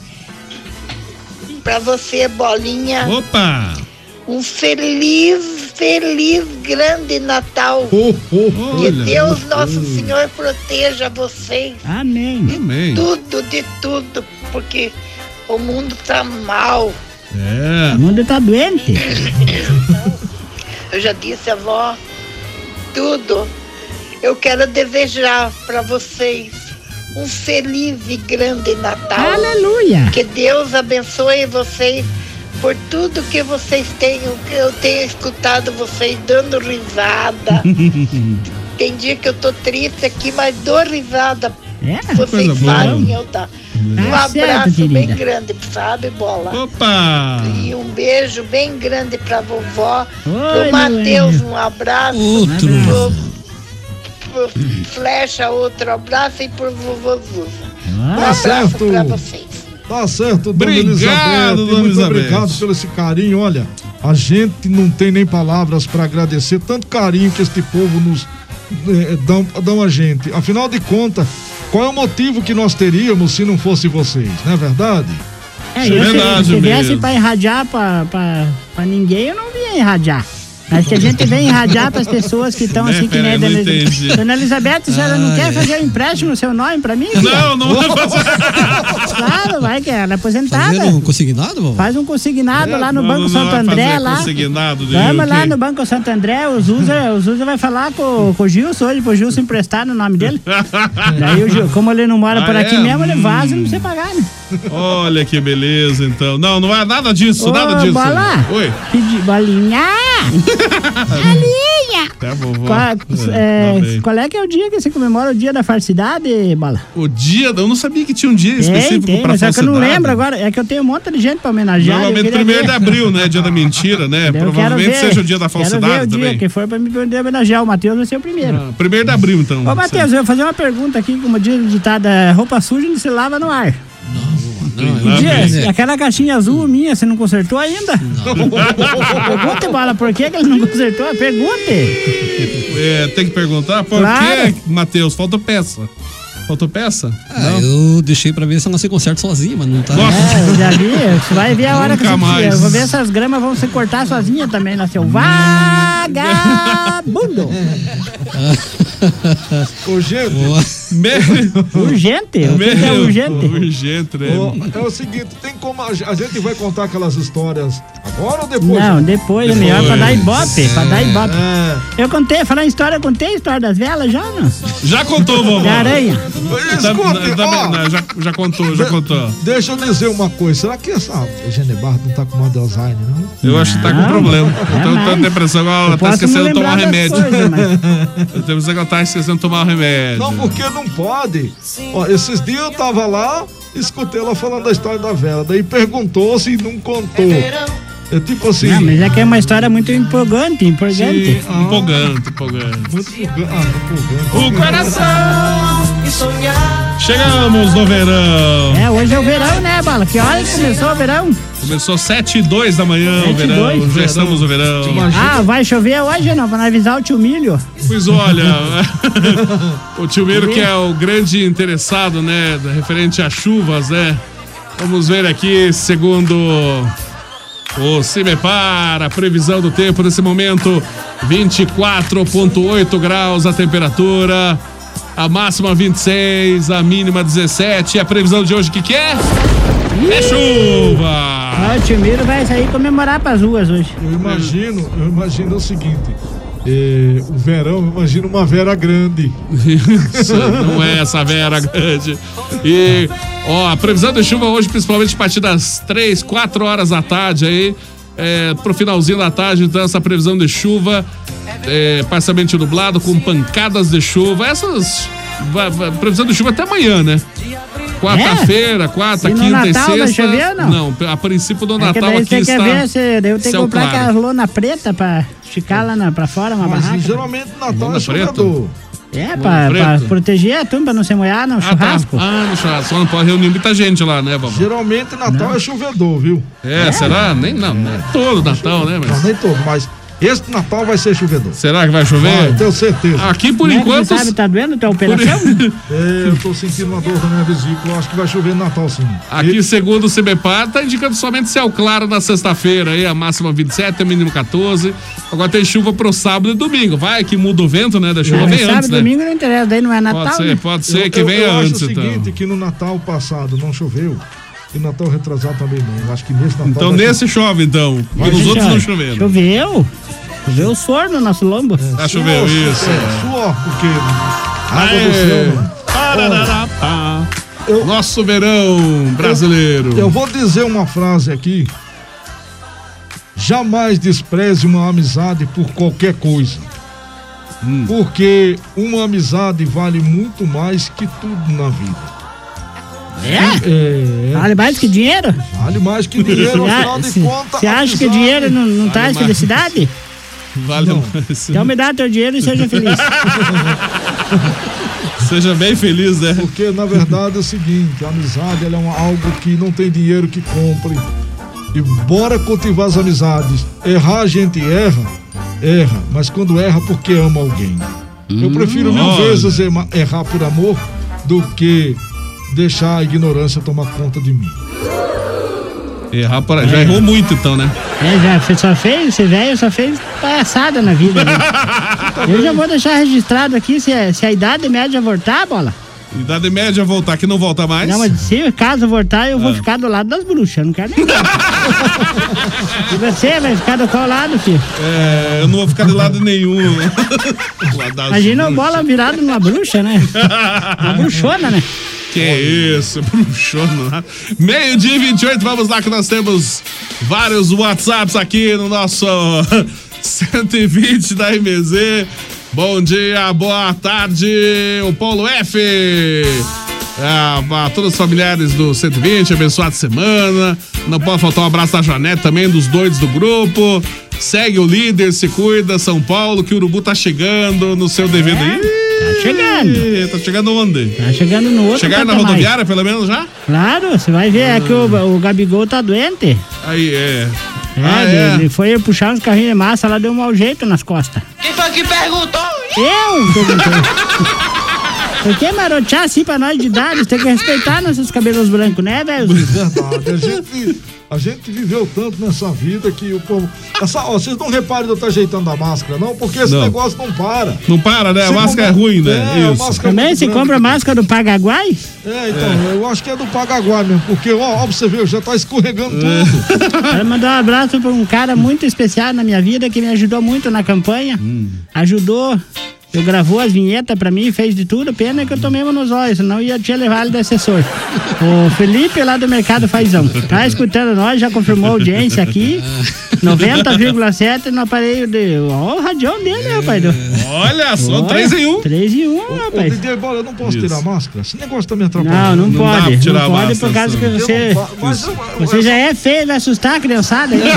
pra você, Bolinha, Opa. um feliz, feliz, grande Natal. Oh, oh, Que olha. Deus Nosso Senhor proteja vocês. Amém. Amém. Tudo, de tudo, porque o mundo tá mal. É. O mundo tá doente. Eu já disse, avó, tudo. Eu quero desejar para vocês um feliz e grande Natal. Aleluia. Que Deus abençoe vocês por tudo que vocês têm. Que eu tenho escutado vocês dando risada. Tem dia que eu tô triste aqui, mas dou risada. É, Vocês coisa boa. fazem eu dar. Um Tá certo, abraço bem querida. grande, sabe, Bola? Opa. E um beijo bem grande pra vovó. Oi, Pro meu Matheus, anjo. um abraço. Outro. Pro, pro Flecha, outro abraço. E pro vovô Zuza. Um Ah, abraço certo. pra vocês. Tá certo, dona Obrigado, Elizabeth. dona Muito Elizabeth. obrigado pelo esse carinho. Olha, a gente não tem nem palavras para agradecer tanto carinho que este povo nos eh, dão, dão a gente. Afinal de contas, qual é o motivo que nós teríamos se não fosse vocês, não é verdade? É, Isso é eu, se- verdade se viesse mesmo. pra irradiar pra, pra, pra ninguém, eu não vinha irradiar. Mas que a gente vem irradiar pras pessoas que estão Né, assim, que nem a peraí, Dona não entendi. Elizabeth. Dona Elizabeth, a senhora não quer fazer um empréstimo no seu nome pra mim? filha? Não, não vai fazer. Claro, vai, que ela é aposentada. Fazer um consignado, vovó? Faz um consignado lá no Não, Banco não Santo vai André, fazer lá. consignado de Vamos o lá quê? no Banco Santo André, o Zuza, o Zuza vai falar com, com o Gilson hoje, pro Gilson emprestar no nome dele. Daí, o Gil, como ele não mora Ah, por aqui é? mesmo, ele vaza e não precisa pagar, né? Olha que beleza, então. Não, não é nada disso, Ô, nada disso. Bola. Oi. Pedi, bolinha! Bolinha! Tá bom, vó. Qual, é, tá bem. qual é que é o dia que você comemora o dia da falsidade, Bola? O dia, eu não sabia que tinha um dia específico tem, tem, pra mas só que eu não falsidade. lembro agora. É que eu tenho um monte de gente pra homenagear. Normalmente eu queria primeiro ver. de abril, né? Dia da mentira, né? Eu quero Provavelmente ver, seja o dia da quero ver falsidade o dia também. que for pra me poder homenagear. O Matheus vai ser o primeiro. Ah, primeiro de abril, então. Ô, Matheus, eu vou fazer uma pergunta aqui, como diz ditada, roupa suja não se lava no ar. Não, Lá Dia, vem. aquela caixinha azul minha, você não consertou ainda? Pergunte, Bola, por que, que ele não consertou? Pergunte. É, tem que perguntar por Claro. que, Matheus, falta peça. Faltou peça? Ah, eu deixei pra ver se ela se conserta sozinha, mas não tá. É, eu já vi. Você vai ver a hora que Nunca você mais. Eu vou ver se as gramas vão se cortar sozinha também, né, seu vagabundo. Urgente. Meu, Urgente? O que que é meu, urgente? urgente, né? Ó, é o seguinte, tem como a, a gente vai contar aquelas histórias agora ou depois? Não, depois, é melhor pra dar ibope, pra dar ibope. É. Eu contei, falar em história, eu contei a história das velas já, não? Já contou, vovó. De aranha. Tá- Escute, tá- ó, não, já, já contou, já contou. deixa eu dizer uma coisa, será que essa Eugênia Barra não tá com mal de Alzheimer, não? Eu acho que tá com Não, problema. é Eu tô, tô mais. em depressão, ela Eu tá posso esquecendo não de tomar um lembrar das remédio. coisas, mas- Eu tenho que ela tá esquecendo de tomar um remédio. Não, porque não pode. Ó, esses dias eu tava lá, escutei ela falando da história da vela, daí perguntou se não contou. É tipo assim. Não, mas é que é uma história muito empolgante, empolgante. Sim, ah, Empolgante, empolgante. muito empolgante. Ah, empolgante. O coração! Chegamos no verão. É, hoje é o verão, né, Bala? Que hora que começou o verão? Começou sete e dois da manhã o sete e verão. dois. Já estamos no verão. Ah, vai chover hoje não? Pra não avisar o tio Milho. Pois olha, o tio Miro que é o grande interessado, né, referente às chuvas, né? Vamos ver aqui, segundo O Cimepar, a previsão do tempo nesse momento, vinte e quatro vírgula oito graus a temperatura, a máxima vinte e seis, a mínima dezessete. E a previsão de hoje, o que que é? É chuva! Ah, o Timiro vai sair comemorar pras ruas hoje. Eu imagino, eu imagino o seguinte, é, o verão, eu imagino uma Vera grande. Isso, não é essa Vera grande. E, ó, a previsão de chuva hoje, principalmente a partir das três, quatro horas da tarde aí, é, pro finalzinho da tarde, então essa previsão de chuva, é, parcialmente nublado, com pancadas de chuva. Essas, vai, vai, previsão de chuva até amanhã, né? Quarta-feira, quarta, E no quinta Natal e vai sexta. chover ou não? Não, a princípio do É que Natal daí aqui você está. quer ver, você, daí eu tenho que céu comprar claro. aquela lona preta pra esticar lá na, pra fora, uma Mas barraca. geralmente Natal Lona é chuvedor. É, Lona pra, pra preta. proteger a turma, não se molhar no Ah, tá. churrasco. Ah, no churrasco. Só não pode reunir muita gente lá, né, vovó? Geralmente Natal é chovedor, viu? É, será? Nem não, não é todo Natal, né? Não, Mas... nem todo, mas esse Natal vai ser chovedor. Será que vai chover? Vai, tenho certeza. Aqui por Como é que enquanto. você sabe, tá doendo tua operação? É, eu tô sentindo uma dor na minha vesícula, acho que vai chover no Natal sim. Aqui, segundo o Cimepar, tá indicando somente céu claro na sexta-feira aí, a máxima vinte e sete, a mínima quatorze. Agora tem chuva pro sábado e domingo. Vai que muda o vento, né? Da chuva Ah, vem sábado antes, e né? domingo não interessa, daí não é Natal, Pode ser, né? pode ser Eu- que eu- venha eu antes, acho o então. seguinte, que no Natal passado não choveu, e no Natal retrasado também não. Eu acho que nesse Natal... Então vai nesse chove, então. Porque nos outros não choveram. Choveu? Choveu o suor no nosso lombo. Ah, choveu, isso. É, suor, porque água Aê. do céu, mano. Pararapá. Nosso verão brasileiro. Eu vou dizer uma frase aqui. Jamais despreze uma amizade por qualquer coisa. Hum. Porque uma amizade vale muito mais que tudo na vida. É? É. Vale mais que dinheiro? Vale mais que dinheiro, afinal de Você contas. acha que amizade- dinheiro não, não traz mais. felicidade? Vale Não. mais. Então me dá teu dinheiro e seja feliz. Seja bem feliz, né? Porque na verdade é o seguinte, a amizade ela é uma- algo que não tem dinheiro que compre. E bora cultivar as amizades. Errar a gente erra, erra, mas quando erra porque ama alguém. Eu prefiro mil olha. vezes ema- errar por amor do que deixar a ignorância tomar conta de mim. Errar para... Já errou muito, então, né? É, já você só fez, você velho só fez palhaçada na vida. Né? Eu já vou deixar registrado aqui se, a- se a idade média voltar, bola. Idade média voltar, que não volta mais. Não, mas se caso voltar, eu vou Ah. ficar do lado das bruxas, não quero nem. E você vai ficar do qual lado, filho? É, eu não vou ficar de lado nenhum. Lá das Imagina o bruxas. bola virado numa bruxa, né? Uma bruxona, né? Que isso, bruxona. Meio-dia e vinte e oito, vamos lá que nós temos vários WhatsApps aqui no nosso cento e vinte da M Z. Bom dia, boa tarde, o Paulo F. Ah, a todos os familiares do cento e vinte, abençoada semana. Não pode faltar um abraço da Janete também, dos doidos do grupo. Segue o líder, se cuida, São Paulo, que o Urubu tá chegando no seu devido. Tá chegando. Tá chegando onde? Tá chegando no outro Chegaram na patamar. rodoviária, pelo menos, já? Claro, você vai ver aqui o, o Gabigol tá doente. Aí, é. É, Ah, ele, é? ele foi puxar uns carrinhos de massa, lá deu um mau jeito nas costas. Quem foi que perguntou? Eu perguntei. Por que marotear assim pra nós de idade? Tem que respeitar nossos cabelos brancos, né, velho? Verdade, a gente, a gente viveu tanto nessa vida que o povo... Essa, ó, vocês não reparem de eu estar ajeitando a máscara, não, porque esse Não. negócio não para. Não para, né? A Você máscara é compra- ruim, né? É, a Isso. máscara é Também muito se grande. compra máscara do Pagaguai? É, então, eu acho que é do Pagaguá mesmo, porque, ó, ó, pra você ver, já tá escorregando tudo. Quero mandar um abraço pra um cara muito especial na minha vida que me ajudou muito na campanha. Ajudou. Eu gravou as vinhetas pra mim, fez de tudo. Pena que eu tomei uma nos olhos, senão eu tinha levado ele de assessor. O Felipe lá do Mercado Fazão. Tá escutando nós, já confirmou a audiência aqui. noventa vírgula sete no aparelho de. Ó, o radião dele, rapaz. Olha só, Olha, três em um. três em um, Ô, rapaz. D J Bola, eu não posso Isso. tirar a máscara? Esse negócio tá me Não, atrapalhando. não, Não dá pra pode. tirar Não a pode por máscara, causa que Eu você. não fa- mas eu- eu- Você já é feio, vai assustar a criançada. Né?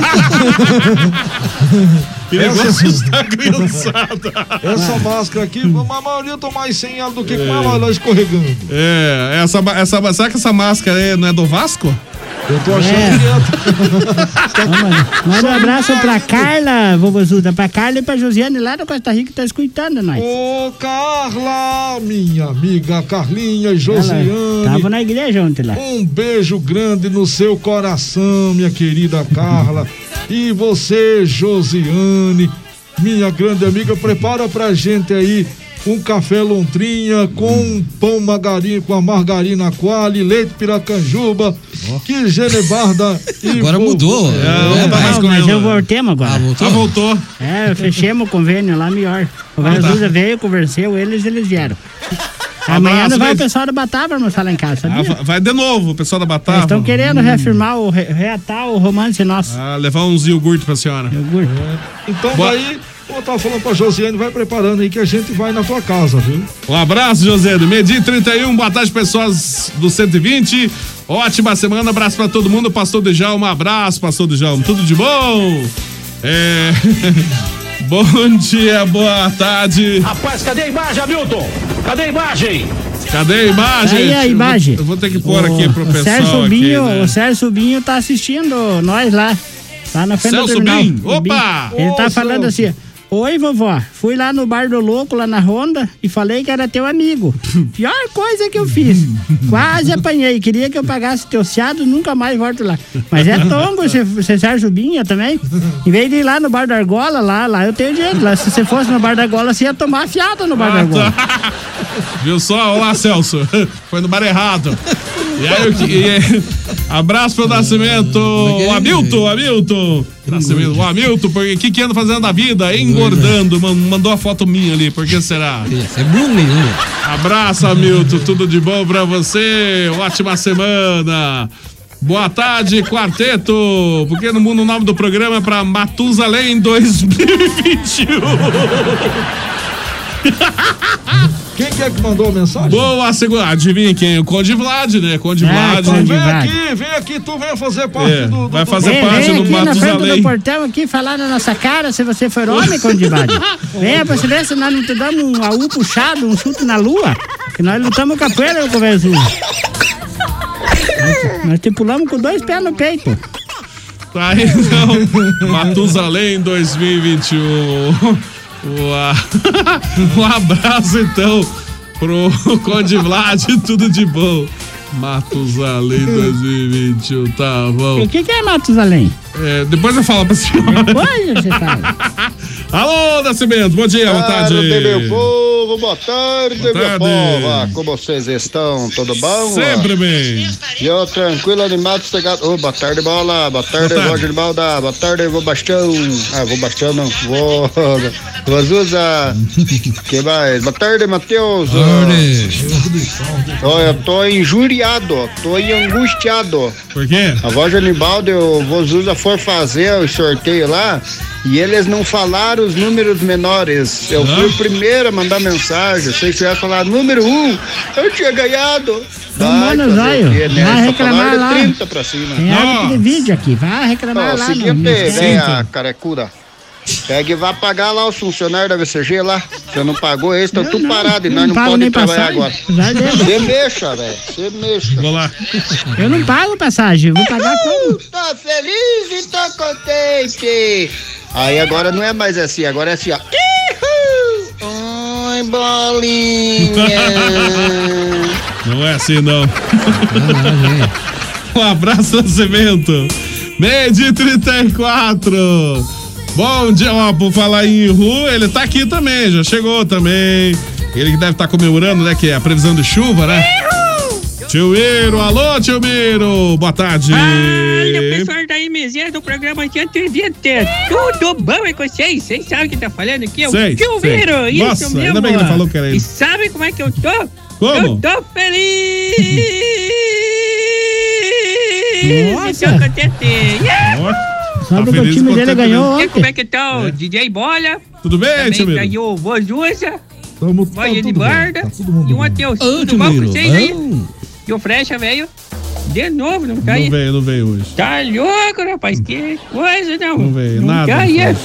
Perigoso Essa- assustar a criançada. Essa máscara aqui, a maioria eu tô mais sem ela do que com ela lá escorregando. É, essa, essa, será que essa máscara aí não é do Vasco? Eu tô achando É. que é. Manda um abraço pra Carla, vovozuda, pra Carla e pra Josiane lá da Costa Rica que tá escutando nós. Ô, Carla, minha amiga Carlinha e Ela Josiane. tava na igreja ontem lá. Um beijo grande no seu coração, minha querida Carla. E você, Josiane, minha grande amiga, prepara pra gente aí um café Lontrinha com pão margarina, com a margarina Quali, leite piracanjuba, que genebarda e Agora vovô. mudou. É, Não, não tá mais mas comendo. eu voltemos agora. Ah, voltou? Ah, voltou. É, fechemos o convênio lá melhor. O Ah, tá. Vazuza veio, conversou, eles, eles vieram. Amanhã Abraço, não vai o beijo. pessoal da Batava almoçar lá em casa, sabia? Ah, va- vai de novo, o pessoal da Batata. Eles estão querendo reafirmar, o, re- reatar o romance nosso. Ah, levar uns iogurte pra senhora. Iogurte. Então Boa- daí, eu tava falando pra Josiane, vai preparando aí que a gente vai na tua casa, viu? Um abraço, José. Medir trinta e um, boa tarde, pessoas do cento e vinte. Ótima semana, abraço pra todo mundo. Pastor Djalma, um abraço, Pastor Djalma. Tudo de bom? É. Bom dia, boa tarde. Rapaz, cadê a imagem, Hamilton? Cadê a imagem? Cadê a imagem? Aí a Eu vou- imagem. Eu vou ter que pôr aqui pro O Sérgio pessoal aqui, Binho, né? o Sérgio Binho tá assistindo nós lá. Lá na frente do Celso terminal. Binho, O Binho. opa! Ele tá Ô, falando Celso. assim: oi, vovó, fui lá no bar do louco, lá na Honda, e falei que era teu amigo. Pior coisa que eu fiz. Quase apanhei. Queria que eu pagasse teu fiado, nunca mais volto lá. Mas é tongo você, você Sérgio Binha também. Em vez de ir lá no bar da Argola, lá, lá eu tenho dinheiro. Lá, se você fosse no bar da Argola, você ia tomar fiado no bar da Ah, Argola. tá. Viu só? Olá, Celso. Foi no bar errado. E aí, o que- e- abraço pro Nascimento. O Hamilton, Hamilton. Nascimento, o Hamilton, porque o que, que anda fazendo da vida? Engordando. Man- Mandou a foto minha ali, por que será? Isso é bullying, né? Abraço, Hamilton. Tudo de bom pra você. Ótima semana. Boa tarde, quarteto. Porque no mundo o nome do programa é pra Matusalém dois mil e vinte e um. Quem que é que mandou a mensagem? Boa segunda. Adivinha quem? O Conde Vlad, né? Conde É, Vlad. Então Conde vem Vlad. aqui, vem aqui, tu venha fazer parte É, do, do. vai do- fazer Vem, parte vem do aqui na frente Matusalém. do portão aqui falar na nossa cara se você for homem, Condibade. Venha pra você ver se nós não te damos um A U puxado, um chute na lua, que nós lutamos capoeira com o Brasil. Nós, nós te pulamos com dois pés no peito. Tá aí, então. Matusalém dois mil e vinte e um. Ua- Um abraço, então, pro Conde Vlad. Tudo de bom. Matusalém dois mil e vinte e um, tá bom. O que, que é Matusalém? É, depois eu falo pra senhora. Depois você fala. Alô, Nascimento, bom dia, boa tarde. Tarde, meu povo, boa tarde, Boa meu tarde. povo. Ah, como vocês estão? Tudo bom? Sempre bem. E eu tranquilo, animado, sossegado. Ô, boa tarde, bola. Boa tarde, Boa tarde. Roger Balda. Boa tarde, vô Bastião. Ah, vô Bastião não. Vô. Vô Azusa. Que mais? Boa tarde, Matheus. Ó, eu tô injuriado, ó, tô angustiado. Por quê? A voz de Anibaldo e o Vozusa for fazer o sorteio lá e eles não falaram os números menores. Eu fui o primeiro a mandar mensagem. Se vocês tivessem falado número um, eu tinha ganhado. Não Vai manda fazer zóio. o quê, né? Vai Só reclamar falaram lá. trinta pra cima. Tem árbitro de vídeo aqui, vai reclamar Ó, o lá. seguinte, no- no- vem a carecuda. Pega e vai pagar lá os funcionários da V C G lá. Você não pagou, eles estão tudo parados e nós não pago podemos nem trabalhar passagem. agora. Vai dentro. Você mexa, velho. Você mexa. Vou lá. Eu não pago passagem, eu vou pagar como? Tá feliz e tá contente. Aí agora não é mais assim, agora é assim, ó. Ihu! Oi, bolinha. Não é assim, não. Um abraço, Nascimento. Meio de trinta e quatro. Bom dia, ó, por falar em Ihu, ele tá aqui também, já chegou também. Ele que deve estar comemorando, né, que é a previsão de chuva, né? Tio Miro, alô, tio Miro, boa tarde. Olha, o pessoal da M Z do programa cento e vinte. Tudo bom é com vocês? Vocês sabem quem tá falando aqui? É o Sei, Tio sei. Miro, isso Nossa, mesmo. ainda bem que ele falou que era ele. E sabe como é que eu tô? Como? Eu tô feliz! Nossa. Eu tô contente! Yeah! Sabe que o feliz time e dele contente ganhou mesmo. ontem. Como é que tá o D J Bola? Tudo bem, tio Também Miro? ganhou o Vozusa, Tamo, o tá Bahia de tudo bem, Barda tá todo mundo e o bem. Matheus. Ô, Tudo tio bom com Miro, vocês aí? bom. E o Frecha, velho? De novo, não tá aí? Não veio, não veio hoje. Tá louco, rapaz? Que coisa, não. Não veio, não nada. Tá aí.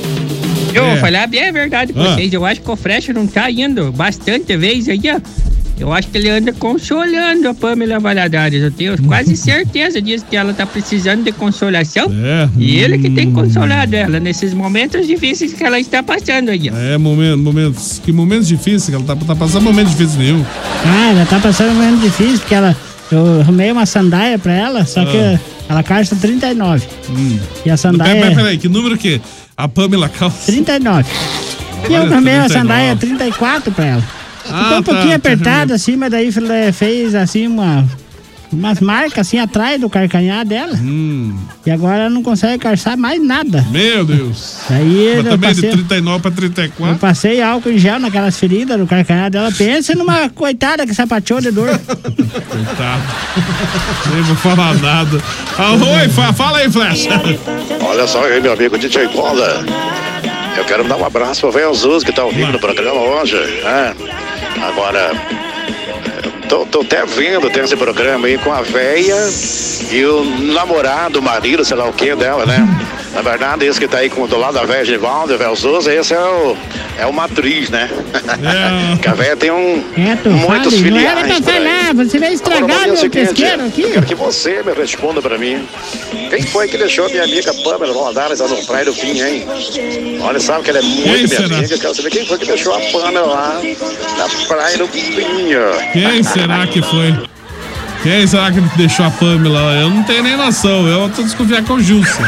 Eu É. vou falar bem a verdade pra Ah. vocês. Eu acho que o Frecha não tá indo bastante vezes aí, ó. Eu acho que ele anda consolando a Pamela Valadares. Eu tenho quase certeza disso, que ela tá precisando de consolação. É. E ele que tem consolado ela nesses momentos difíceis que ela está passando aí, ó. É, momento, momentos. Que momentos difíceis, que ela tá, tá passando momentos difíceis nenhum. Ah, ela tá passando um momento difícil, porque ela. Eu arrumei uma sandália pra ela, só que Ah. ela calça trinta e nove. Hum. E a sandália. Peraí, peraí, que número que? A Pamela calça? trinta e nove. E eu Olha, arrumei uma trinta e sandália nove. trinta e quatro pra ela. Ah, Ficou um tá, pouquinho tá, apertada tá. assim, mas daí ele fez assim uma. Umas marcas assim atrás do carcanhar dela. Hum. E agora ela não consegue calçar mais nada. Meu Deus. Daí Mas eu também passei, de trinta e nove pra trinta e eu quatro. passei álcool em gel naquelas feridas do carcanhar dela. Pensa numa coitada que sapateou de dor. Coitado. Nem vou falar nada. Ah, oi, fa- fala aí, Flecha. Olha só aí, meu amigo D J Bola. Eu quero dar um abraço pro Velho Zuz, que tá ao vivo no programa hoje. Né? Agora, tô, tô até vendo, tem esse programa aí com a véia e o namorado, o marido, sei lá o que dela, né? Na verdade, esse que tá aí com, do lado da véia Givaldo, o Velho Zuz, esse é o, é uma atriz, né? É. Que a véia tem um, É, tu muitos fale, não filiais. era pra por aí. falar, você vai Agora, estragar vamos ver o meu seguinte, pesqueiro aqui. eu quero que você me responda pra mim. Quem foi que deixou a minha amiga Pamela Valadares lá no Praia do Fim, hein? Olha, sabe que ela é muito Quem minha será? amiga. Eu quero saber quem foi que deixou a Pamela lá na Praia do Fim. Quem será que foi? Quem será que deixou a Pamela? Eu não tenho nem noção. Eu tô desconfiando com o Gilson.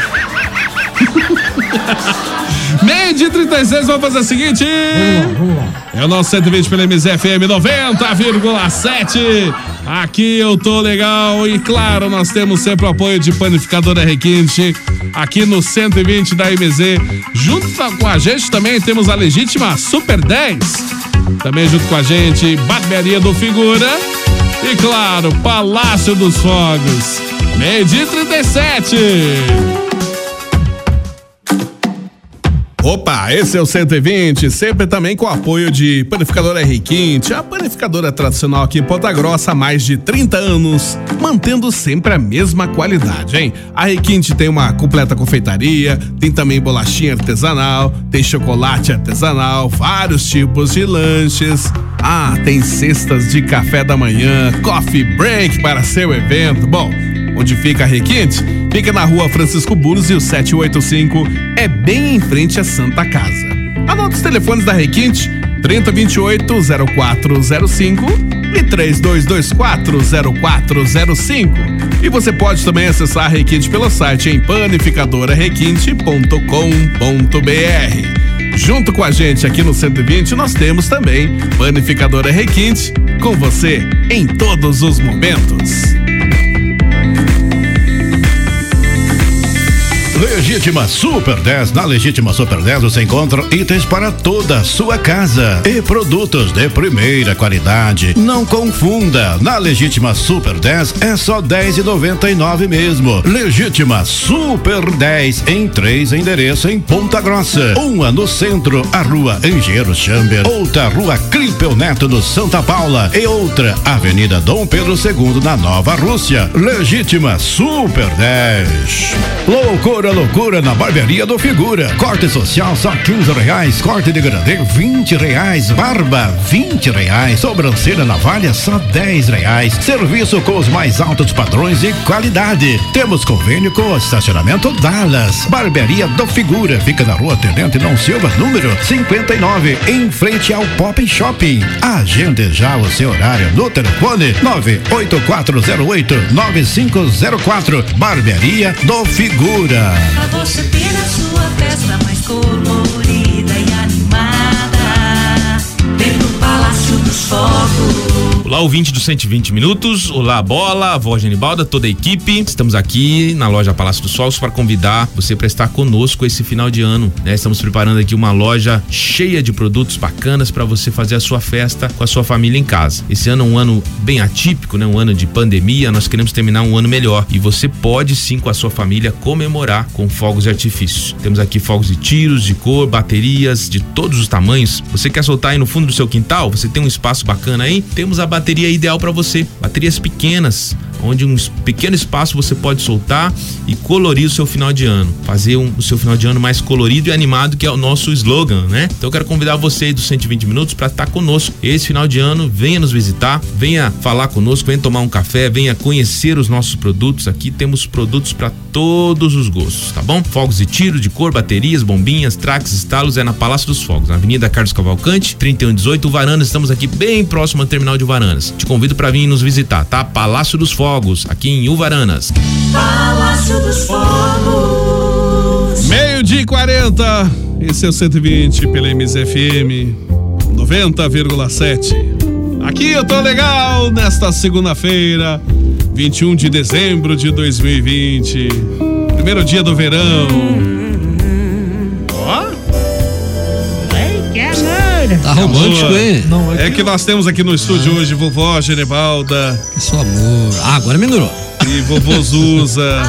Meio de trinta e seis, vamos fazer o seguinte. É o nosso cento e vinte pela M Z F M noventa vírgula sete. Aqui eu tô legal e claro, nós temos sempre o apoio de Panificadora Requinte aqui no cento e vinte da M Z. Junto com a gente também temos a legítima Super dez. Também junto com a gente, Barbearia do Figura. E claro, Palácio dos Fogos. Meio de trinta e sete. Opa, esse é o cento e vinte, sempre também com o apoio de Panificadora Requinte, a panificadora tradicional aqui em Ponta Grossa há mais de trinta anos, mantendo sempre a mesma qualidade, hein? A Requinte tem uma completa confeitaria, tem também bolachinha artesanal, tem chocolate artesanal, vários tipos de lanches. Ah, tem cestas de café da manhã, coffee break para seu evento. Bom, onde fica a Requinte? Fica na rua Francisco Burros e o sete oito cinco é bem em frente à Santa Casa. Anota os telefones da Requinte: trinta, vinte e oito, zero quatro zero cinco e três dois dois quatro, zero quatro zero cinco. E você pode também acessar a Requinte pelo site em panificadora requinte ponto com ponto b r. Junto com a gente aqui no cento e vinte, nós temos também Panificadora Requinte, com você em todos os momentos. Legítima Super dez. Na Legítima Super dez você encontra itens para toda a sua casa e produtos de primeira qualidade. Não confunda, na Legítima Super dez é só dez e noventa e nove mesmo. Legítima Super dez em três endereços em Ponta Grossa. Uma no centro, a Rua Engenheiro Chamber, outra Rua Clipeu Neto no Santa Paula e outra Avenida Dom Pedro segundo na Nova Rússia. Legítima Super dez. Loucura loucura na Barbearia do Figura. Corte social só quinze reais. Corte de grande vinte reais. Barba vinte reais. Sobrancelha navalha só dez reais. Serviço com os mais altos padrões e qualidade. Temos convênio com o estacionamento Dallas. Barbearia do Figura fica na Rua Tenente Não Silva, número cinquenta e nove, em frente ao Pop Shopping. Agende já o seu horário no telefone nove oito quatro zero oito nove cinco zero quatro. Barbearia do Figura. Pra você ter a sua festa mais colorida e animada, vem no Palácio dos Fogos. Olá, ouvinte do cento e vinte minutos. Olá, Bola, a avó Genibalda, toda a equipe. Estamos aqui na loja Palácio dos Fogos para convidar você para estar conosco esse final de ano, né? Estamos preparando aqui uma loja cheia de produtos bacanas para você fazer a sua festa com a sua família em casa. Esse ano é um ano bem atípico, né? Um ano de pandemia. Nós queremos terminar um ano melhor e você pode sim com a sua família comemorar com fogos de artifício. Temos aqui fogos de tiros, de cor, baterias de todos os tamanhos. Você quer soltar aí no fundo do seu quintal? Você tem um espaço bacana aí? Temos a bateria ideal para você. Baterias pequenas, onde um pequeno espaço você pode soltar e colorir o seu final de ano, fazer um, o seu final de ano mais colorido e animado, que é o nosso slogan, né? Então eu quero convidar você aí dos cento e vinte minutos para estar conosco esse final de ano. Venha nos visitar, venha falar conosco, venha tomar um café, venha conhecer os nossos produtos. Aqui temos produtos para todos os gostos, tá bom? Fogos de tiro, de cor, baterias, bombinhas, traques, estalos, é na Palácio dos Fogos, na Avenida Carlos Cavalcante, trinta e um dezoito, Uvaranas. Estamos aqui bem próximo ao terminal de Uvaranas. Te convido para vir nos visitar, tá? Palácio dos Fogos, aqui em Uvaranas. Palácio dos Fogos. Meio-dia e quarenta. Esse é o cento e vinte pela M Z F M noventa vírgula sete. Aqui eu tô legal nesta segunda-feira, vinte e um de dezembro de dois mil e vinte. Primeiro dia do verão. Ó. Que amor. Tá romântico, hein? Não, é, que... é que nós temos aqui no estúdio ah. hoje vovó Genebalda. Que só amor. Ah, agora melhorou. E vovô Zuza.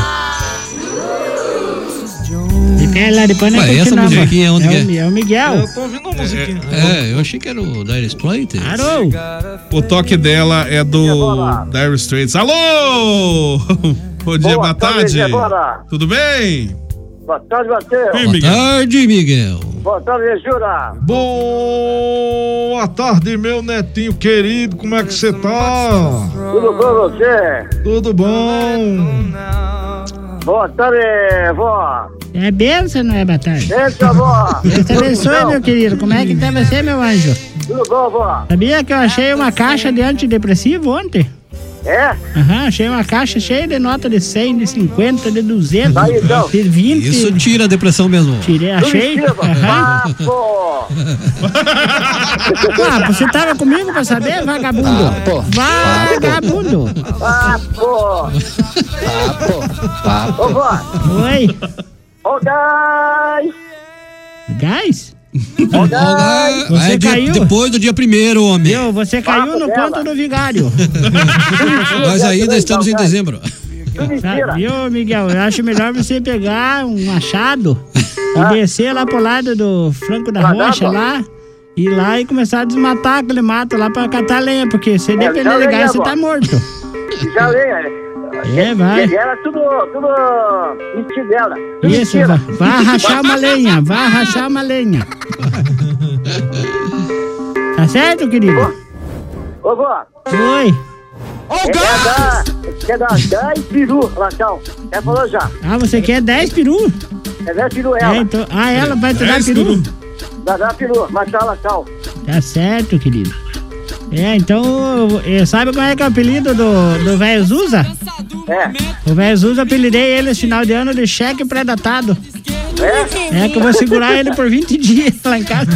E lá depois Ué, essa musiquinha é onde é? É, é o Miguel. Eu tô ouvindo a musiquinha. É, é, eu achei que era o Dire Straits. Alô. O toque dela é do Dire Straits. Alô! Bom dia, boa, boa tarde. tarde. Tudo bem? Boa tarde, Matheus. Boa Miguel. tarde, Miguel. Boa tarde, Jura. Boa tarde, meu netinho querido. Como é que você tá? Tudo bom, você? Tudo bom. Boa tarde, vó. É benção, não é, boa tarde? Benção, vó. Deus te abençoe, meu querido. Como é que tá você, meu anjo? Tudo bom, vó. Sabia que eu achei uma caixa de antidepressivo ontem? É? Aham, uhum, achei uma caixa cheia de nota de cem, de cinquenta, de duzentos, tá, então. de vinte. Isso tira a depressão mesmo. Tirei, achei. Uhum. Papo! Ah, você tava comigo pra saber, vagabundo? Papo. Vagabundo. Papo! Papo! Papo! Ô, vó! Oi! Ô, gás! Gás? Ô, gás! Você é caiu? Dia, depois do dia primeiro, homem. Meu, você caiu Papo no dela. Conto do vigário. Nós ainda estamos em dezembro. Tá, viu, Miguel? Eu acho melhor você pegar um machado ah. e descer lá pro lado do Franco da Rocha lá, ir lá e começar a desmatar aquele mato lá pra catar lenha, porque se depender de gás, você tá morto. Já lenha. É, vai. Era tudo, tudo mentira dela. Isso, vai, vai rachar uma lenha, vai rachar uma lenha. Tá certo, querido? Ô, vó. Oi. Ô, gás! Quer dar dez peru, Lação. Ela falou já. Ah, você quer dez peru? É dez peru ela. É, então, ah, ela vai te dar peru? Vai dar peru, mas tá, Lação. Tá certo, querido. É, então, sabe qual é que é o apelido do, do velho Zuza? É. O velho Zuza, apelidei ele esse final de ano de cheque pré-datado. É? É que eu vou segurar ele por vinte dias lá em casa.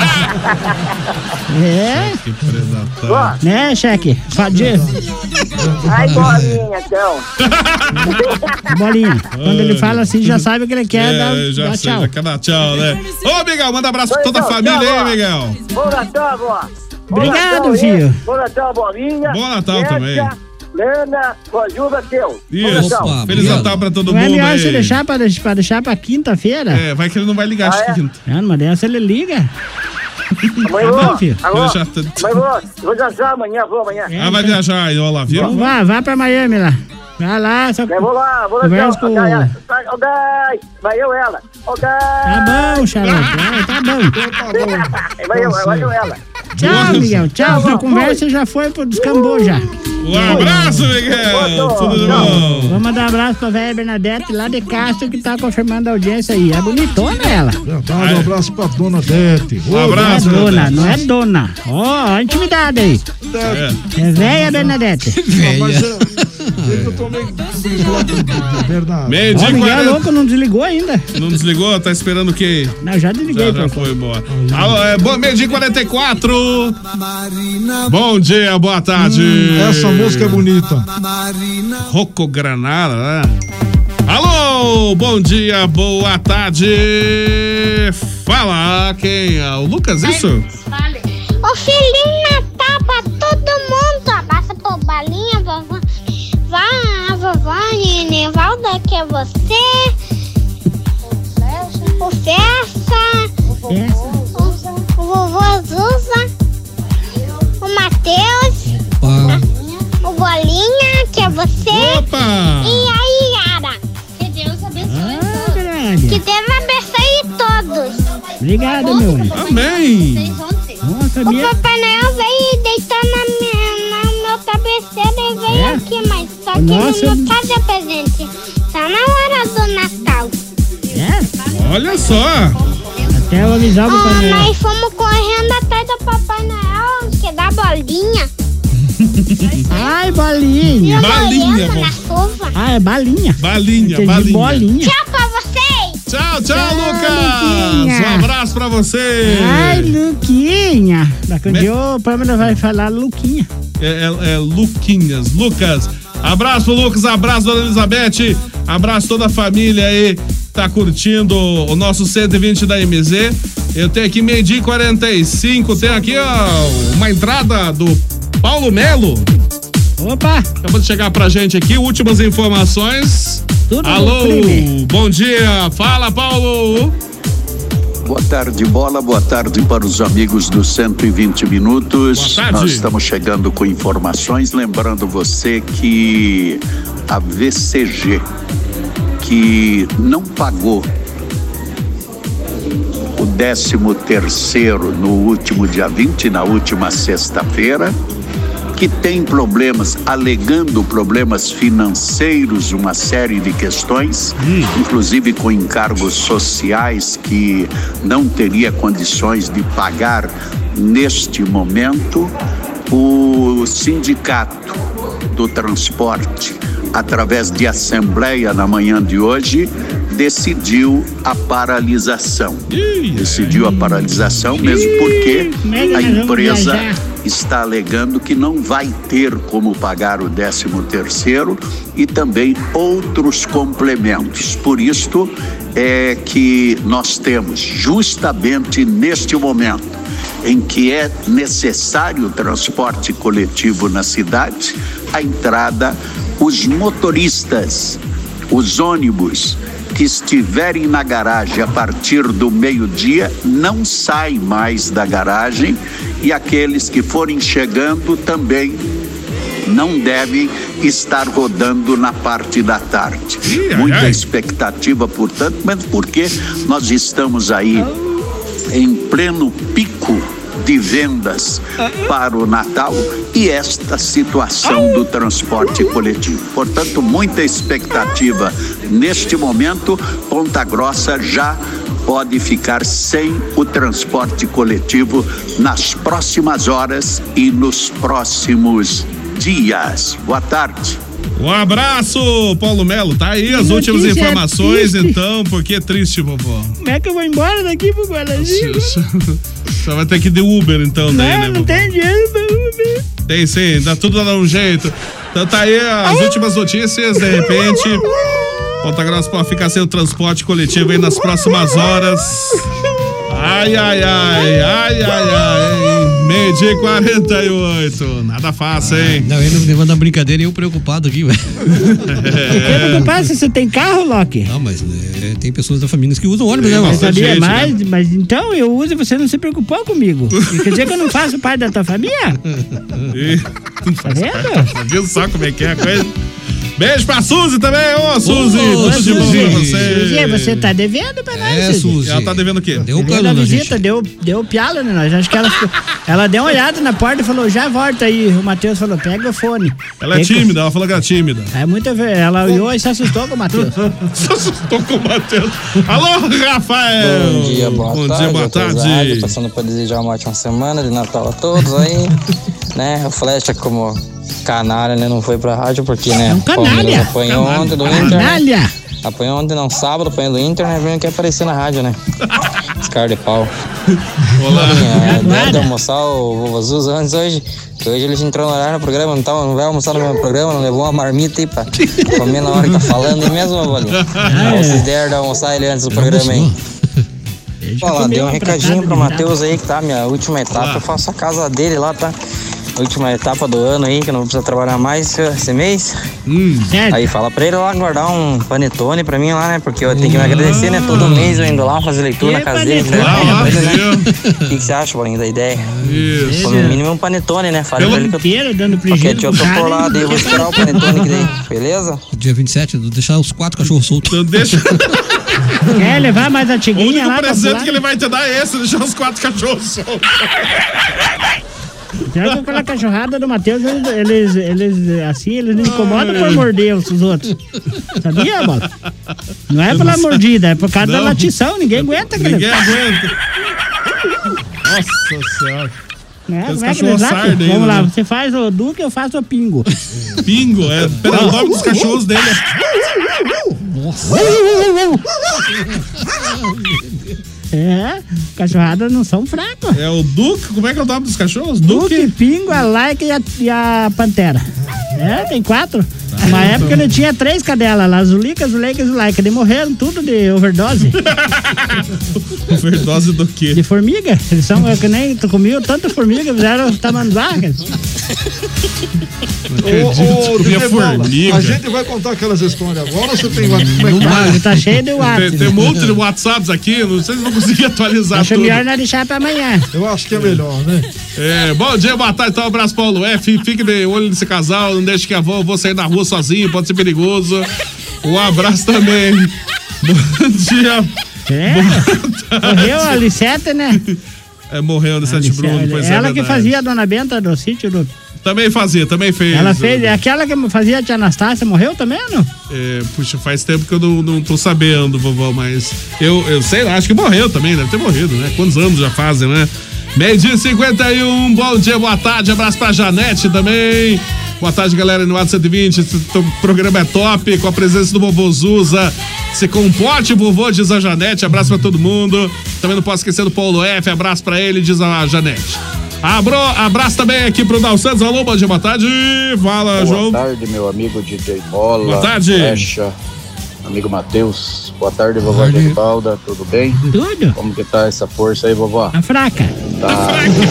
É? Que pré-datado. Né, cheque? Fadia. Ai, bolinha, então. Bolinha. Quando ele fala assim, já sabe o que ele quer é, dar, já dar sei, tchau. Já quer dar tchau, né? Ô, Miguel, manda um abraço pra toda a família aí, Miguel. Bom Natal, vó. Obrigado, Natal, filho. Bom Natal, bolinha. Bom Natal Essa, também. Lena, ajuda teu. Isso. Opa, Feliz Natal, Natal pra todo não mundo. Não é melhor aí. você deixar pra, pra deixar pra quinta-feira? É, vai que ele não vai ligar ah, de quinta. É? Não, mas dessa ele liga. Amanhã tá vou. bom, filho? Vou deixar... Mas vou, vou viajar amanhã, vou amanhã. É, ah, vai viajar aí, olha lá, viu? Vá, vá pra Miami lá. Vai lá, só... Eu vou lá, vou lá. Conversa com... Ô, Gás, vai eu ela. Ô, Gás. Tá bom, xarope, ah, tá bom. Vai eu, vai eu ela. Tchau, Miguel, tchau. A conversa já foi pro descambou já. Um abraço, Miguel. Tudo de bom. Vamos mandar um abraço pra velha Bernadette lá de Castro, que tá confirmando a audiência aí. É bonitona ela. Um abraço pra dona Dete. Um abraço, não é dona, não é dona. Ó, oh, a intimidade aí. É, é velha Bernadette. Velha. Eu tô meio verdade. Meio dia. O Miguel é louco, não desligou ainda. Não desligou? Tá esperando o quê? Não, já desliguei. Já, já foi embora. Alô, é, bom, meio dia e quarenta e quatro. Bom dia, boa tarde. Hum, essa música é bonita. Rocco Granada, né? Alô, bom dia, boa tarde. Fala, quem é? O Lucas, isso? Ô, Feliz Natal pra todo mundo. Abraça pro Balinha, vovó. Vá, vovó Nivalda, que é você. O Festa. O, o vovô Zuza. O Matheus. O Bolinha, que é você. você Opa! e a Yara. Que Deus abençoe todos. Que Deus abençoe todos. Obrigado, meu anjo. Amém. Nossa, O minha... Papai Noel veio deitar na minha, na meu cabeceira e veio É? aqui, mas só que Nossa. ele não tá de presente. Tá na hora do Natal. É? Olha só. Até eu avisar o Papai Ah, Noel. nós fomos correndo atrás do Papai Noel, que dá bolinha. Ai, balinha. Balinha, na bom. chuva. Ah, é balinha. Balinha, Entendi, balinha. bolinha. Tchau pra vocês. Tchau, tchau, Tchau, Lucas. Luquinha. Um abraço pra você. Ai, Luquinha. Daqui um Me- dia o Pâmela vai falar Luquinha. É, é, é Luquinhas, Lucas. Abraço pro Lucas, abraço dona Elizabeth, abraço toda a família aí, tá curtindo o nosso cento e vinte da M Z. Eu tenho aqui meio-dia e quarenta e cinco, tem aqui ó, uma entrada do Paulo Melo. Opa! Acabou de chegar pra gente aqui, últimas informações. Tudo Alô, crime. bom dia, fala Paulo. Boa tarde, Bola. Boa tarde para os amigos do cento e vinte Minutos. Boa tarde. Nós estamos chegando com informações. Lembrando você que a V C G, que não pagou o décimo terceiro no último dia vinte, na última sexta-feira, que tem problemas, alegando problemas financeiros, uma série de questões, inclusive com encargos sociais que não teria condições de pagar neste momento. O sindicato do transporte, através de assembleia na manhã de hoje, decidiu a paralisação. Decidiu a paralisação mesmo porque a empresa está alegando que não vai ter como pagar o décimo terceiro e também outros complementos. Por isto é que nós temos, justamente neste momento em que é necessário o transporte coletivo na cidade, a entrada, os motoristas, os ônibus que estiverem na garagem a partir do meio-dia não saem mais da garagem, e aqueles que forem chegando também não devem estar rodando na parte da tarde. Muita expectativa, portanto, mas porque nós estamos aí em pleno pico de vendas para o Natal e esta situação do transporte coletivo. Portanto, muita expectativa neste momento. Ponta Grossa já pode ficar sem o transporte coletivo nas próximas horas e nos próximos dias. Boa tarde. Um abraço, Paulo Melo. Tá aí as Que últimas notícia informações, triste. então, porque é triste, vovó. Como é que eu vou embora daqui pro Guarazinho? Só vai ter que ir de Uber, então, daí, Não, né, não vovó? tem dinheiro pra Uber. Tem sim, dá tudo dá um jeito. Então tá aí as últimas notícias, de repente. Ponta Grossa pode ficar sem o transporte coletivo aí nas próximas horas. Ai, ai, ai, ai, ai, ai. Meio-dia e quarenta e oito. Nada fácil, hein? Não, ele levando a brincadeira e eu preocupado aqui, velho. O que passa? Você tem carro, Loki? Não, mas é, tem pessoas da família que usam ônibus, né, Eu mano? sabia mais, mas então eu uso e você não se preocupou comigo. E quer dizer que eu não faço parte da tua família? Tá vendo? Viu só como é que é a coisa? Beijo pra Suzy também, ô Suzy, Ô, tudo de bom pra Suzy, você. Suzy, você tá devendo pra nós, É, Suzy. Ela tá devendo o quê? Deu o Devendo cano a na visita, gente. deu, deu piala, né? Nós acho que ela, ficou- ela deu uma olhada na porta e falou, já volta aí. O Matheus falou, pega o fone. Ela é Aí, tímida, ela falou que é tímida. É muita ve- ela olhou e se assustou com o Matheus. Se assustou com o Matheus. Alô, Rafael! Bom dia, boa Bom tarde. dia, boa eu tô tarde. Zado, passando para desejar uma ótima semana de Natal a todos aí. Né? O Flecha, como canalha, né? Não foi pra rádio porque, né? É um o Palmeiras canalha. apanhou Canalha. ontem do Inter. Né? Canalha. Apanhou ontem, não, sábado, apanhou do Inter, né? Vendo que ia aparecer na rádio, né? Esse cara de pau. Olá. É, deu de almoçar o vovô Zuza antes hoje. Que hoje ele entrou no horário no programa, não, tava, não vai almoçar no meu programa, não levou uma marmita aí pra comer na hora que tá falando, e mesmo, Bolinha? Ah, é. Vocês deram de almoçar ele antes do programa aí. Ó lá, dei um recadinho pro Matheus aí que tá, minha última etapa, eu faço a casa dele lá, tá? última etapa do ano aí, que eu não vou precisar trabalhar mais esse mês. Hum, aí fala pra ele lá guardar um panetone pra mim lá, né? Porque eu tenho que me agradecer, né? Todo mês eu indo lá fazer leitura na casa dele. Né? O que, que você acha, Bolinha, da ideia? Isso. No mínimo um panetone, né? Fala pra ele que eu inteiro dando Porque prejuízo eu tô por lá, daí eu vou esperar o panetone aqui daí, beleza? Dia vinte e sete, deixar os quatro cachorros soltos. Então deixa. Quer levar mais a O tiguinha único lá pra presente pular? que ele vai te dar é esse, deixar os quatro cachorros soltos. Pior que aquela cachorrada do Matheus, eles, eles, eles, assim, eles não incomodam por morder os outros. Sabia, Bola? Não é pela mordida, é por causa da Não. latição, ninguém aguenta. aquele- Ninguém aguenta. Nossa senhora. É, Aqueles como é que cachorros eles lá? sardos Vamos ainda, lá, né? você faz o Duque, eu faço o Pingo. Pingo, é. Pera, o nome dos cachorros dele Nossa. É, cachorradas não são fracos. é. É o Duque, como é que é o nome dos cachorros? Duque, Pingo, a Laika e a, e a Pantera. É, tem quatro. Uma época ele tinha três cadelas lá, Zulica, Zuleika e Zulaika. Eles morreram tudo de overdose. Overdose do quê? De formiga. Eles são é que nem tu comiam tanta formiga, fizeram tamanduá. Ô, ô, Comia D J Bola, formiga. a gente vai contar aquelas histórias agora ou você tem como é que Não, vai? ele tá cheio de Tem, WhatsApp. tem um monte de WhatsApps aqui, não sei se vou conseguir atualizar Acho tudo. melhor não deixar pra amanhã. Eu acho que é melhor, né? É, bom dia, boa tarde, então um abraço Paulo F. Fique de olho nesse casal, não deixe que a avó vou sair na rua sozinho, pode ser perigoso. Um abraço também. Bom dia. É, morreu a Alicete, né? É, morreu no Sete Bruno, pois é Ela que verdade. fazia a Dona Benta do sítio do... Também fazia, também fez. Ela fez, aquela que fazia a tia Anastácia, morreu também, não? É, puxa, faz tempo que eu não, não tô sabendo, vovó, mas eu, eu sei lá, acho que morreu também, deve ter morrido, né? Quantos anos já fazem, né? Meio-dia e cinquenta e um, bom dia, boa tarde, abraço pra Janete também. Boa tarde, galera, no WhatsApp cento e vinte, o programa é top, com a presença do vovô Zuza. Se comporte, vovô, diz a Janete, abraço pra todo mundo. Também não posso esquecer do Paulo F, abraço pra ele, diz a Janete. Abro, abraço também aqui pro Dal Santos, alô, bom dia, boa tarde. Fala, Boa João. Boa tarde, meu amigo D J Bola. Boa tarde. Fecha, amigo Matheus. Boa tarde, vovó Genibalda, tudo bem? Tudo. Como que tá essa força aí, vovó? A fraca. Tá,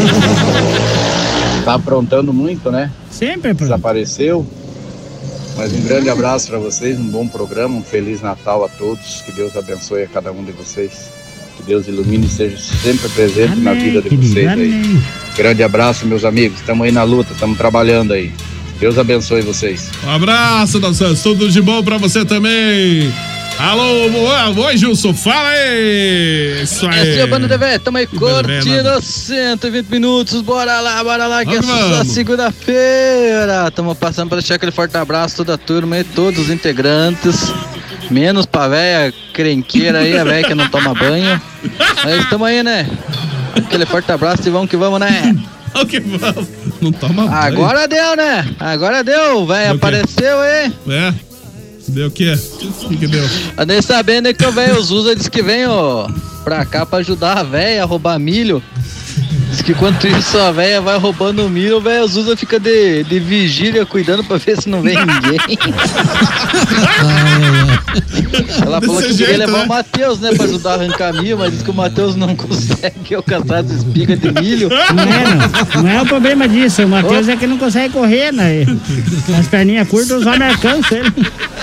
tá aprontando muito, né? Sempre, pô. Desapareceu. Mas um grande abraço pra vocês, um bom programa, um Feliz Natal a todos. Que Deus abençoe a cada um de vocês. Que Deus ilumine e seja sempre presente Amém, na vida de querido, vocês aí. amém. Grande abraço, meus amigos. Estamos aí na luta, estamos trabalhando aí. Deus abençoe vocês. Um abraço, Dal Santos, tudo de bom pra você também. Alô, boa, oi, Gilson, fala aí. Isso aí. Esse é o Bando T V, tamo aí Banda T V, curtindo cento e vinte minutos, bora lá, bora lá, que é Vamos, só vamos. segunda-feira. Tamo passando pra deixar aquele forte abraço, toda a turma aí, todos os integrantes, menos pra véia crenqueira aí, a véia que não toma banho. Mas tamo aí, né? Aquele forte abraço e vamos que vamos, né? Vamos que vamos. Não toma banho. Agora deu, né? Agora deu, véia Deu o quê? apareceu aí. É? Deu o quê? O que que deu? Andei sabendo aí que o velho Zuza disse que vem, ó, pra cá pra ajudar a véia a roubar milho. Diz que enquanto isso a véia vai roubando o milho, o velho Zuza fica de, de vigília cuidando pra ver se não vem ninguém. Ela falou Desse que queria jeito, levar né? o Matheus, né, pra ajudar a arrancar milho, mas diz que o Matheus não consegue alcançar as espigas de milho. Não é, não. Não é o problema disso. O Matheus é que não consegue correr, né? As perninhas curtas, os homens alcançam ele.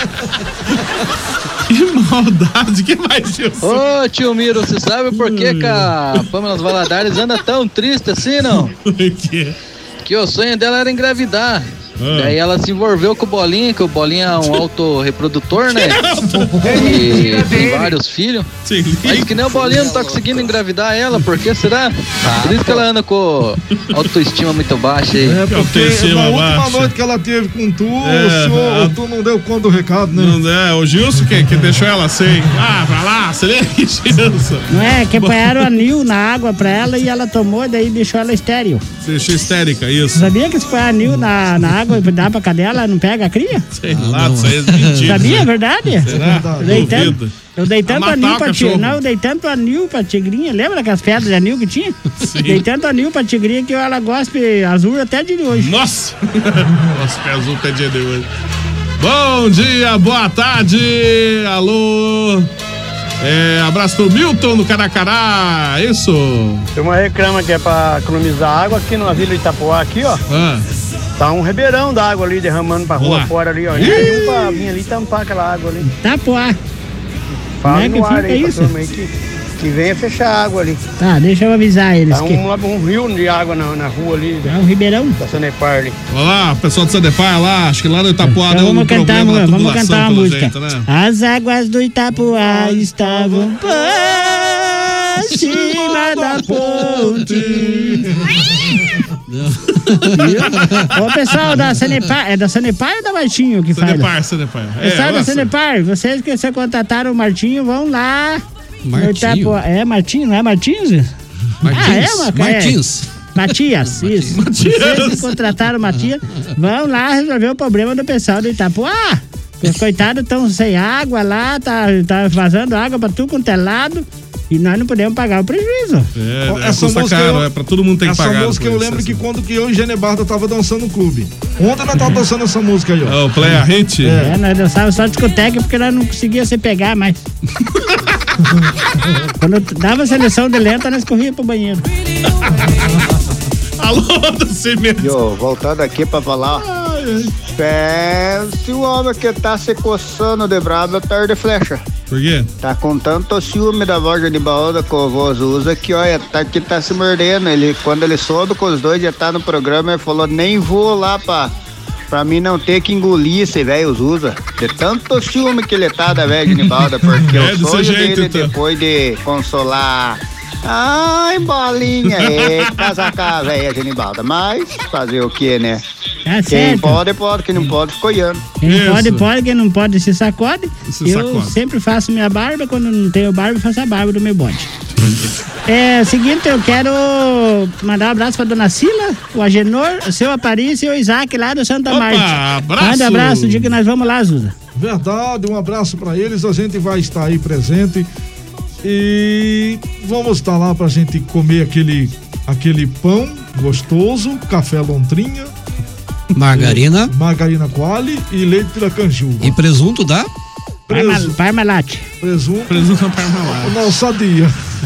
Que maldade, que mais isso? Ô tio Miro, você sabe por que, que a Pamela Valadares anda tão triste assim, não? Por quê? Que o sonho dela era engravidar. Ah. Daí ela se envolveu com o Bolinha, que o Bolinha é um autorreprodutor, né? E tem vários filhos. Sim. Mas que nem o Bolinha não tá conseguindo engravidar ela, por que será? Por isso que ela anda com autoestima muito baixa aí. É porque Autoestima na última baixa. noite que ela teve com tu, É, senhor, a- tu não deu conta do recado, né? Não é, o Gilson que, que deixou ela sem. Ah, pra lá, você lê aí, Gilson. Não é? Que apanharam anil na água pra ela e ela tomou e daí deixou ela estéril. Você deixou histérica, isso. Sabia que se põe anil na, na água e dá pra cadela, não pega a cria? Sei lá, isso aí é mentira. Sabia? É verdade? Será? Eu dei tanto, Duvido. eu dei tanto matar anil o pra cachorro. tigrinha. Não, eu dei tanto anil pra tigrinha. Lembra aquelas pedras de anil que tinha? Sim. Dei tanto anil pra tigrinha que ela gospe azul até de hoje. Nossa! Nossa, pé azul até dia de hoje. Bom dia, boa tarde! Alô! É, abraço pro Milton do Caracará, isso. Tem uma reclama que é pra economizar água aqui na Vila Itapuá, aqui, ó. Ah. Tá um ribeirão d'água ali, derramando pra rua Olá. fora ali, ó. E tem um pra vir ali tampar aquela água ali. Itapuá. Fala Como é no que ar fica aí, isso? pra turma aí que, que venha fechar a água ali. Tá, deixa eu avisar eles Tá que... um, um rio de água na, na rua ali. É um ribeirão. Da Sanepar ali. Olá, o pessoal do Sanepar lá, acho que lá no Itapuá Então deu um vamos cantar, problema na vamos tubulação, cantar uma pelo música. jeito, né? As águas do Itapuá estavam por cima da ponte. Ô pessoal da Sanepar, é da Sanepar ou da Martinho que fala? Sanepar, Sanepar. Pessoal É, da nossa. Sanepar, vocês que se contrataram o Martinho, vão lá. Martinho? no Itapuá. É Martinho, não é Martins? Martins. Ah, é uma Martins. É. Matias, isso. Matias. Vocês que contrataram o Matias, vão lá resolver o problema do pessoal do Itapuá. Os coitados estão sem água lá, tá, tá vazando água pra tudo quanto é lado. E nós não podemos pagar o prejuízo. É, Ó, é, custa caro, eu- é pra todo mundo ter que essa pagar. Essa música eu depois, lembro essa. que quando que eu e Genebarda tava dançando no clube. Ontem nós tava dançando essa música aí, ó. É, o Play a Hit? É, nós dançávamos só discoteca porque nós não conseguíamos se pegar mais. Quando dava seleção de lenta, nós corríamos pro banheiro. Alô, do Cimento. Yo, voltando aqui pra falar. É, se o homem que tá se coçando de brabo é tarde de flecha. Por quê? Tá com tanto ciúme da voz de balda que o voz usa que, olha, tá que tá se mordendo. Ele, quando ele soube que os dois já tá no programa, ele falou, nem vou lá pra, pra mim não ter que engolir esse velho usa. De tanto ciúme que ele tá da velha de balda, porque É o desse sonho jeito, dele então. depois de consolar. Ai, bolinha, é casar com a velha Genibalda, mas fazer o que, né? Tá Quem certo. pode, pode, quem não pode, ficou olhando. Quem pode, pode, quem não pode, se sacode. Se eu sacode. sempre faço minha barba, quando não tenho barba, eu faço a barba do meu bode. É o seguinte, eu quero mandar um abraço pra dona Sila, o Agenor, o seu Aparício e o Isaac lá do Santa Opa, Marte. abraço. Manda abraço, diga que nós vamos lá, Zuza. Verdade, um abraço pra eles, a gente vai estar aí presente e vamos estar lá pra gente comer aquele, aquele pão gostoso, café lontrinha, Margarina. e- margarina Quali e leite piracanjuba. E presunto dá? Presu- Parmalat. Presunto. Presunto Parmalat. Não, sadia.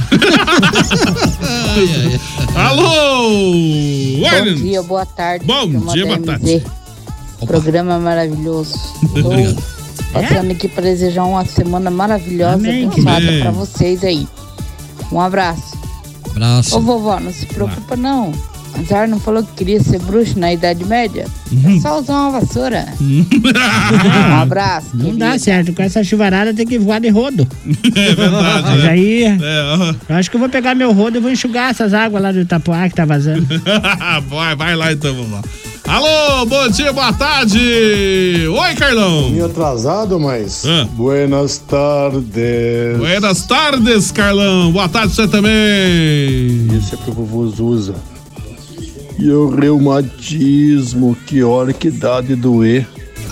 Alô! Bom dia, boa tarde. Bom Turma dia, da boa M tarde. Z. Programa maravilhoso. Tô Obrigado. passando aqui para desejar uma semana maravilhosa, Amém. abençoada Amém. para vocês aí. Um abraço. Abraço. Ô vovó, não se preocupa não. A senhora não falou que queria ser bruxo na Idade Média? Uhum. É só usar uma vassoura. Um abraço. Não dá certo, com essa chuvarada tem que voar de rodo. É verdade. Mas né? aí, É, aham. eu acho que eu vou pegar meu rodo e vou enxugar essas águas lá do Itapuá que tá vazando. vai, vai lá então, vamos lá. Alô, bom dia, boa tarde. Oi, Carlão. Meio atrasado, mas. Ah. Buenas tardes. Buenas tardes, Carlão. Boa tarde pra você também. Esse é pro vovô Zuza. E o reumatismo, que hora que dá de doer.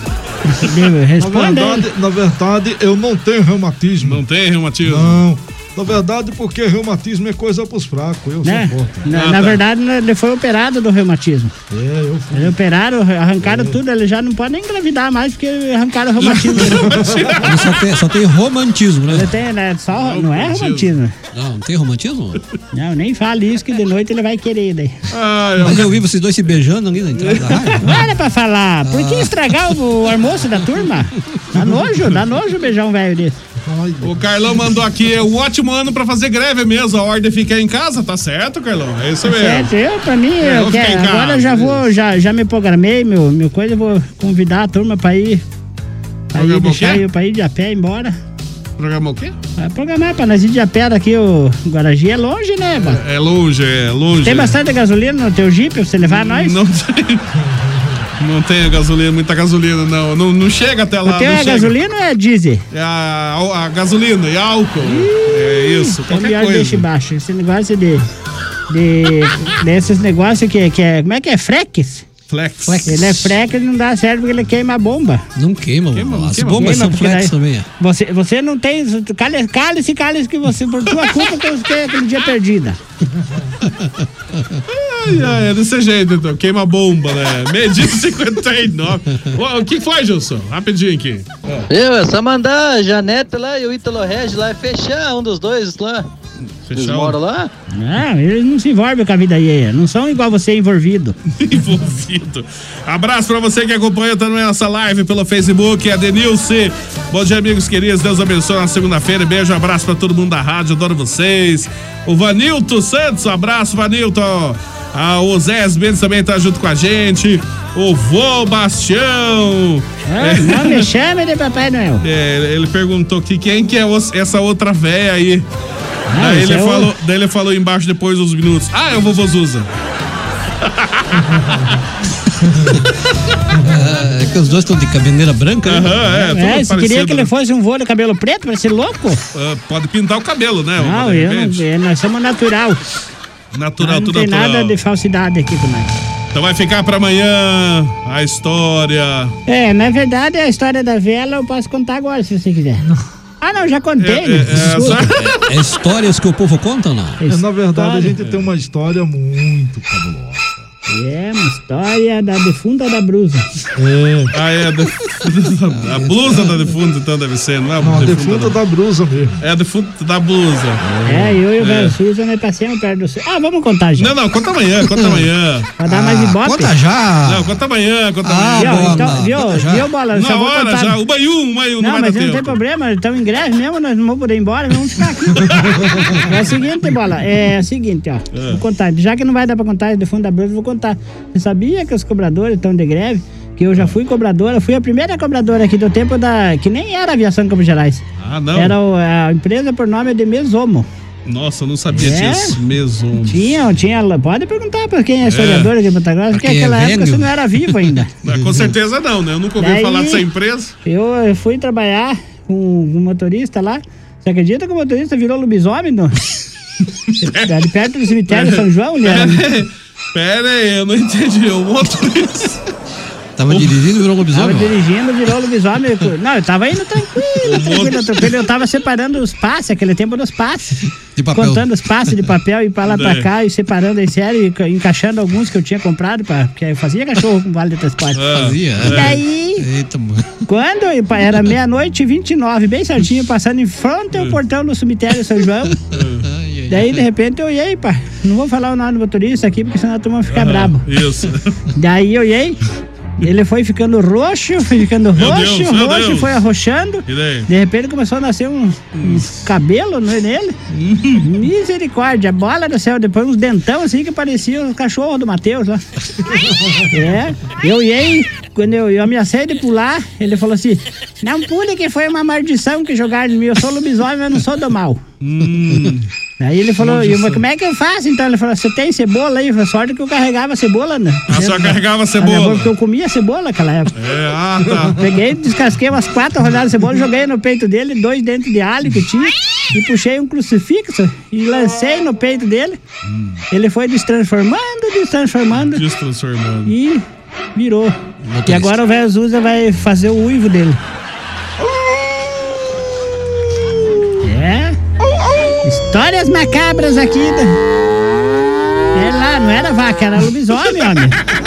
Na Responda. verdade, na verdade, eu não tenho reumatismo. Não tem reumatismo? Não. Na verdade, porque reumatismo é coisa pros fracos. Eu Né? sou forte. Na, na verdade, né, ele foi operado do reumatismo. É, eu fui. Ele operaram, arrancaram tudo, ele já não pode nem engravidar mais porque arrancaram o reumatismo. Ele só tem, só tem romantismo, né? Ele tem, né? Só, não é romantismo. Não, não tem romantismo? Não, nem fale isso que de noite ele vai querer daí. Mas eu vi vocês dois se beijando ali na entrada da rádio. Não era pra falar. Por que estragar o, o almoço da turma? Dá nojo, dá nojo beijar um velho desse. O Carlão mandou aqui, é um ótimo ano pra fazer greve mesmo. A ordem é ficar em casa, tá certo, Carlão? É isso mesmo. Certo, eu pra mim, É, eu vou ficar quero, em casa, agora eu já vou, já, já me programei, meu, meu coisa, eu vou convidar a turma pra ir, pra ir Programou o deixar quê? eu pra ir de a pé embora. Programou o quê? Vai programar pra nós ir de a pé daqui, o Guaragi é longe, né, mano? É longe, é longe. Tem bastante gasolina no teu Jeep pra você levar nós? Não tem. Não tem gasolina, muita gasolina, não. Não, não chega até lá. O teu não é chega. gasolina ou é diesel? É a, a gasolina e álcool. É isso, Então qualquer melhor coisa. deixa embaixo. Esse negócio de. de desses negócios que, que é. Como é que é? Frex? Flex. Ele é frex e não dá certo porque ele queima a bomba. Não queima, mano. As Queima, bombas queima, são porque flex daí também. é. Você, você não tem. Cale-se, cale-se, cale-se que você, por tua culpa, que eu fiquei aquele dia perdida. Ai, ai, é desse jeito, então. Queima bomba, né? Meio-dia cinquenta e nove. O que foi, Gilson? Rapidinho aqui. Eu, é só mandar a Janete lá e o Ítalo Regis lá e fechar um dos dois lá. Eles moram lá? Não, eles não se envolvem com a vida alheia. Não são igual você envolvido. Envolvido. Abraço pra você que acompanha também essa live pelo Facebook. É Denilce. Bom dia, amigos queridos. Deus abençoe na segunda-feira. Beijo, abraço pra todo mundo da rádio. Adoro vocês. O Vanilton Santos. Abraço, Vanilton. Ah, o Zé Mendes também tá junto com a gente. O Vô Bastião. Ah, é. Não me chame de Papai Noel. É, ele perguntou que quem que é essa outra véia aí. Ah, daí, ele é falou, o... daí ele falou embaixo depois dos minutos. Ah, é o vovô Zuza. É que os dois estão de cabeleira branca, né? Uhum, é, é, você queria que ele fosse um vô de cabelo preto pra ser louco? Uh, pode pintar o cabelo, né? Não, eu não, nós somos natural. Natural, não tudo tem natural. nada de falsidade aqui com nós. Então vai ficar pra amanhã a história. É, na verdade a história da vela eu posso contar agora, se você quiser. Ah, não, já contei. É, é, é, é histórias que o povo conta ou não? É, na verdade, a gente tem uma história muito cabulosa. É uma história da defunta da blusa. É. Ah, é. A, a blusa da defunta, então deve ser, não é? Não, a defunta, defunta da... da blusa mesmo. É a defunta da blusa. É, eu e o é. velho Suza, nós passamos perto do... Ah, vamos contar já. Não, não, conta amanhã, conta amanhã. Pra dar mais ibope. Conta já. Não, conta amanhã, conta ah, amanhã. Viu, então, viu, viu, Bola? Na só vou hora contar... já, o Baium, o Baium, não, não vai mas dar não tempo. tem problema, estamos em greve mesmo, nós não vamos poder ir embora, vamos ficar aqui. É o seguinte, Bola, é o seguinte, ó. É. Vou contar, já que não vai dar pra contar de fundo da blusa, vou contar. Você sabia que os cobradores estão de greve? Que eu já fui cobradora, fui a primeira cobradora aqui do tempo da... Que nem era a Aviação Campos Gerais. Ah, não? Era o, a empresa por nome de Mesomo. Nossa, eu não sabia é? disso mesmo. Tinha, tinha, pode perguntar pra quem é historiador aqui em Ponta Grossa, porque naquela é época você não era vivo ainda. Com certeza não, né? Eu nunca ouvi Daí, falar dessa empresa. Eu fui trabalhar com um motorista lá. Você acredita que o motorista virou lobisomem? No... de perto do cemitério de São João, né? Pera aí, eu não entendi. O motorista... Tava dirigindo e virou lobisomem? Tava dirigindo, virou lobisomem. Não, eu tava indo tranquilo, tranquilo, tranquilo. Eu tava separando os passes, aquele tempo dos passes. De papel. Contando os passes de papel e pra lá pra cá, e separando em série, e encaixando alguns que eu tinha comprado, pra, porque eu fazia cachorro com vale de transporte. Ah, fazia? E daí, eita, mano. Quando eu, era meia-noite e vinte e nove, bem certinho, passando em frente ao portão do cemitério São João. Daí, de repente, eu olhei, pá. Não vou falar o nome do motorista aqui, porque senão a turma fica ah, brabo. Isso. Daí eu olhei. Ele foi ficando roxo, foi ficando meu roxo, Deus, roxo, Deus. foi arrochando. De repente começou a nascer um, um cabelo nele. Misericórdia, bola do céu. Depois uns dentão assim que parecia o cachorro do Matheus lá. É, eu olhei, quando eu, eu ameacei de pular, ele falou assim: não pule que foi uma maldição que jogaram em mim. Eu sou lobisomem, eu não sou do mal. Hum. Aí ele falou, eu, como é que eu faço então? Ele falou, você tem cebola aí? Foi sorte que eu carregava cebola, né? Ah, só carregava cebola? Porque eu comia cebola naquela época. É, ah, tá. Peguei, descasquei umas quatro rodadas de cebola, joguei no peito dele, dois dentes de alho que tinha, e puxei um crucifixo e lancei no peito dele. Hum. Ele foi destransformando, destransformando. Destransformando. E virou. Motorista. E agora o velho Zuza vai fazer o uivo dele. É. Histórias macabras aqui. É lá, não era vaca, era lobisomem, homem.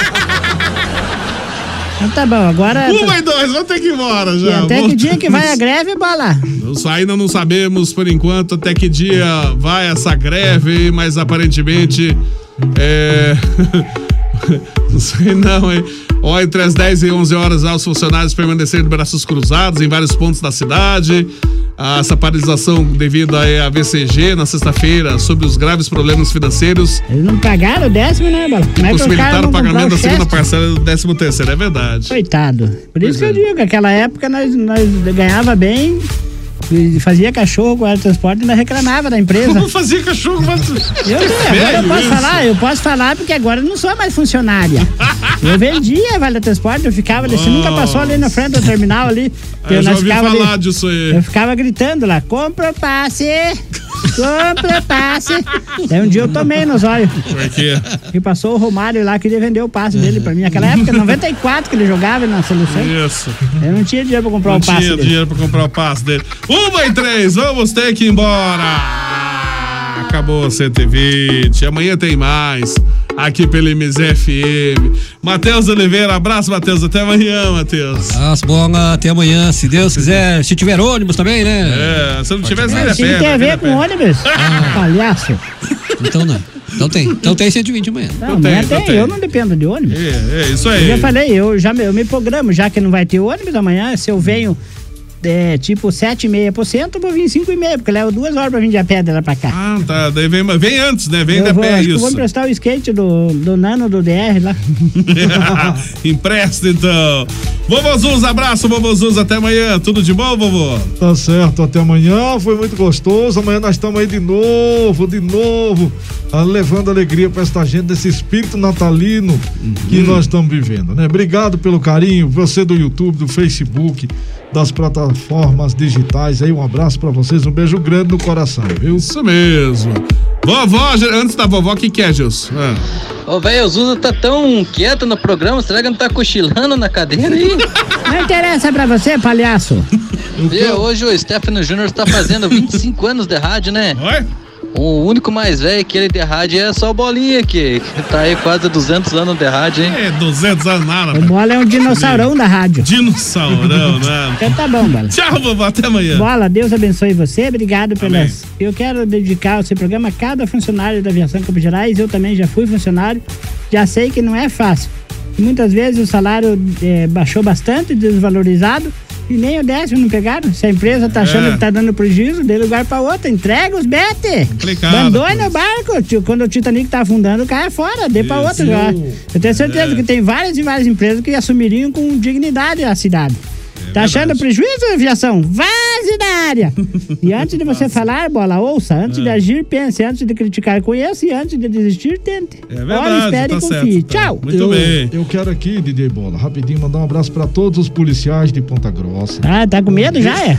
Então tá bom, agora... Uma e dois, vamos ter que ir embora já. E até que dia que vai a greve, Bola? Não, ainda não sabemos, por enquanto, até que dia vai essa greve, mas aparentemente... É... Não sei não, hein? Ó, entre as dez e onze horas, os funcionários permaneceram de braços cruzados em vários pontos da cidade. Essa paralisação devido à V C G na sexta-feira sobre os graves problemas financeiros. Eles não pagaram o décimo, né, Bola? Possibilitaram o pagamento da segunda parcela do décimo terceiro, é verdade. Coitado. Por isso pois que é. eu digo, naquela época nós, nós ganhava bem, fazia cachorro com o transporte e ainda reclamava da empresa. Como fazia cachorro com o transporte? Eu sei, agora eu posso isso. falar, eu posso falar porque agora eu não sou mais funcionária. Eu vendia Vale Transporte, eu ficava ali, você nunca passou ali na frente do terminal ali. Eu já ouvi falar ali, disso aí. Eu ficava gritando lá, compra o passe, compra o passe. Daí um dia eu tomei nos olhos. Por quê? E passou o Romário lá, queria vender o passe dele pra mim. Naquela época, noventa e quatro que ele jogava na seleção. Isso. Eu não tinha dinheiro pra comprar não o passe dele. Não dele. tinha dinheiro pra comprar o passe dele. Uma e três, vamos ter que ir embora. acabou cento e vinte. Amanhã tem mais. Aqui pela M Z F M. Matheus Oliveira, abraço, Matheus. Até amanhã, Matheus. Abraço, bom, até amanhã, se Deus quiser. Se tiver ônibus também, né? É, se não tivesse, nem é, a se pé. tem a ver com ônibus. Ah. Palhaço. Então não. Então tem. Então tem cento e vinte amanhã. Não, não tem, tem. tem. Eu não dependo de ônibus. É, é isso aí. Eu já falei, eu já eu me programo, já que não vai ter ônibus amanhã, se eu venho. É, tipo sete vírgula cinco por cento, eu vou vir cinco e meio, porque leva duas horas pra vir de a pé dela pra cá. Ah, tá. Daí vem, vem antes, né? Vem eu de vou, pé, acho isso. Que eu vou emprestar o skate do, do Nano, do D R lá. Empresta, então. Vovô Zuz, abraço, vovô Zuz. Até amanhã. Tudo de bom, vovô? Tá certo, até amanhã. Foi muito gostoso. Amanhã nós estamos aí de novo, de novo, levando alegria pra esta gente, desse espírito natalino uhum. que nós estamos vivendo, né? Obrigado pelo carinho, você do YouTube, do Facebook, das plataformas digitais aí, um abraço pra vocês, um beijo grande no coração, viu? Isso mesmo. Vovó, antes da vovó, o que que é, Gilson? Ô, ah. velho, o Zuza tá tão quieto no programa, será que não tá cochilando na cadeira aí? Não interessa pra você, palhaço. Viu, hoje o Stefano Júnior tá fazendo vinte e cinco anos de rádio, né? Oi? O único mais velho que ele de rádio é só o Bolinha, que tá aí quase duzentos anos de rádio, hein? É, duzentos anos nada. O Bola é um dinossaurão da rádio. Dinossaurão, né? Então tá bom, Bola. Tchau, vovó, até amanhã. Bola, Deus abençoe você, obrigado pelas... Amém. Eu quero dedicar esse programa a cada funcionário da Aviação Campos Gerais, eu também já fui funcionário, já sei que não é fácil. Muitas vezes o salário é, baixou bastante, desvalorizado, e nem o décimo não pegaram. Se a empresa tá achando é. que tá dando prejuízo, dê lugar pra outra. Entrega os bete. Abandone o barco. Tio, quando o Titanic tá afundando, cai fora. Dê pra outro lugar. Eu tenho certeza é. que tem várias e várias empresas que assumiriam com dignidade a cidade. É tá verdade. Achando prejuízo, aviação? Vaze da área! E antes de você falar, Bola, ouça. Antes é. de agir, pense. Antes de criticar, conheça. E antes de desistir, tente. É verdade. Olha, espere tá e confie. Certo, tá. Tchau! Muito eu, bem. Eu quero aqui, D J Bola, rapidinho, mandar um abraço pra todos os policiais de Ponta Grossa. Ah, tá com medo? Um já é?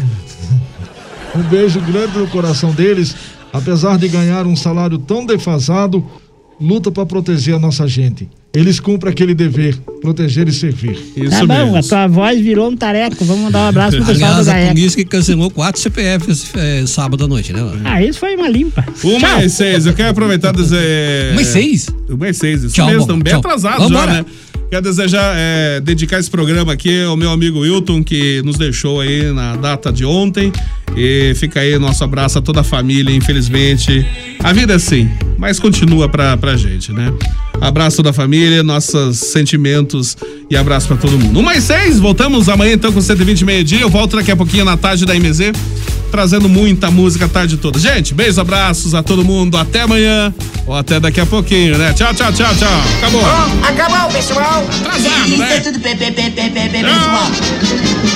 Um beijo grande no coração deles. Apesar de ganhar um salário tão defasado, luta pra proteger a nossa gente. Eles cumprem aquele dever, proteger e servir. Isso tá bom, mesmo. A tua voz virou um tareco. Vamos mandar um abraço pro pessoal do Gaeco. A polícia que cancelou quatro C P Fs é, sábado à noite, né? Ah, isso foi uma limpa. Uma e seis, eu quero aproveitar e dizer... Uma e seis? Uma e seis, isso tchau, mesmo, bom, estão bem tchau. atrasados já, né? Quero desejar, é, dedicar esse programa aqui ao meu amigo Wilton, que nos deixou aí na data de ontem. E fica aí nosso abraço a toda a família, infelizmente. A vida é assim, mas continua pra, pra gente, né? Abraço da família, nossos sentimentos e abraço pra todo mundo. Um mais seis, voltamos amanhã então com cento e vinte meio-dia. Eu volto daqui a pouquinho na tarde da M Z, trazendo muita música a tarde toda. Gente, beijos, abraços a todo mundo. Até amanhã ou até daqui a pouquinho, né? Tchau, tchau, tchau, tchau. Acabou. Oh, acabou, pessoal. Atrasado, né? É tudo, pe, pe, pe, pe, pe, pessoal.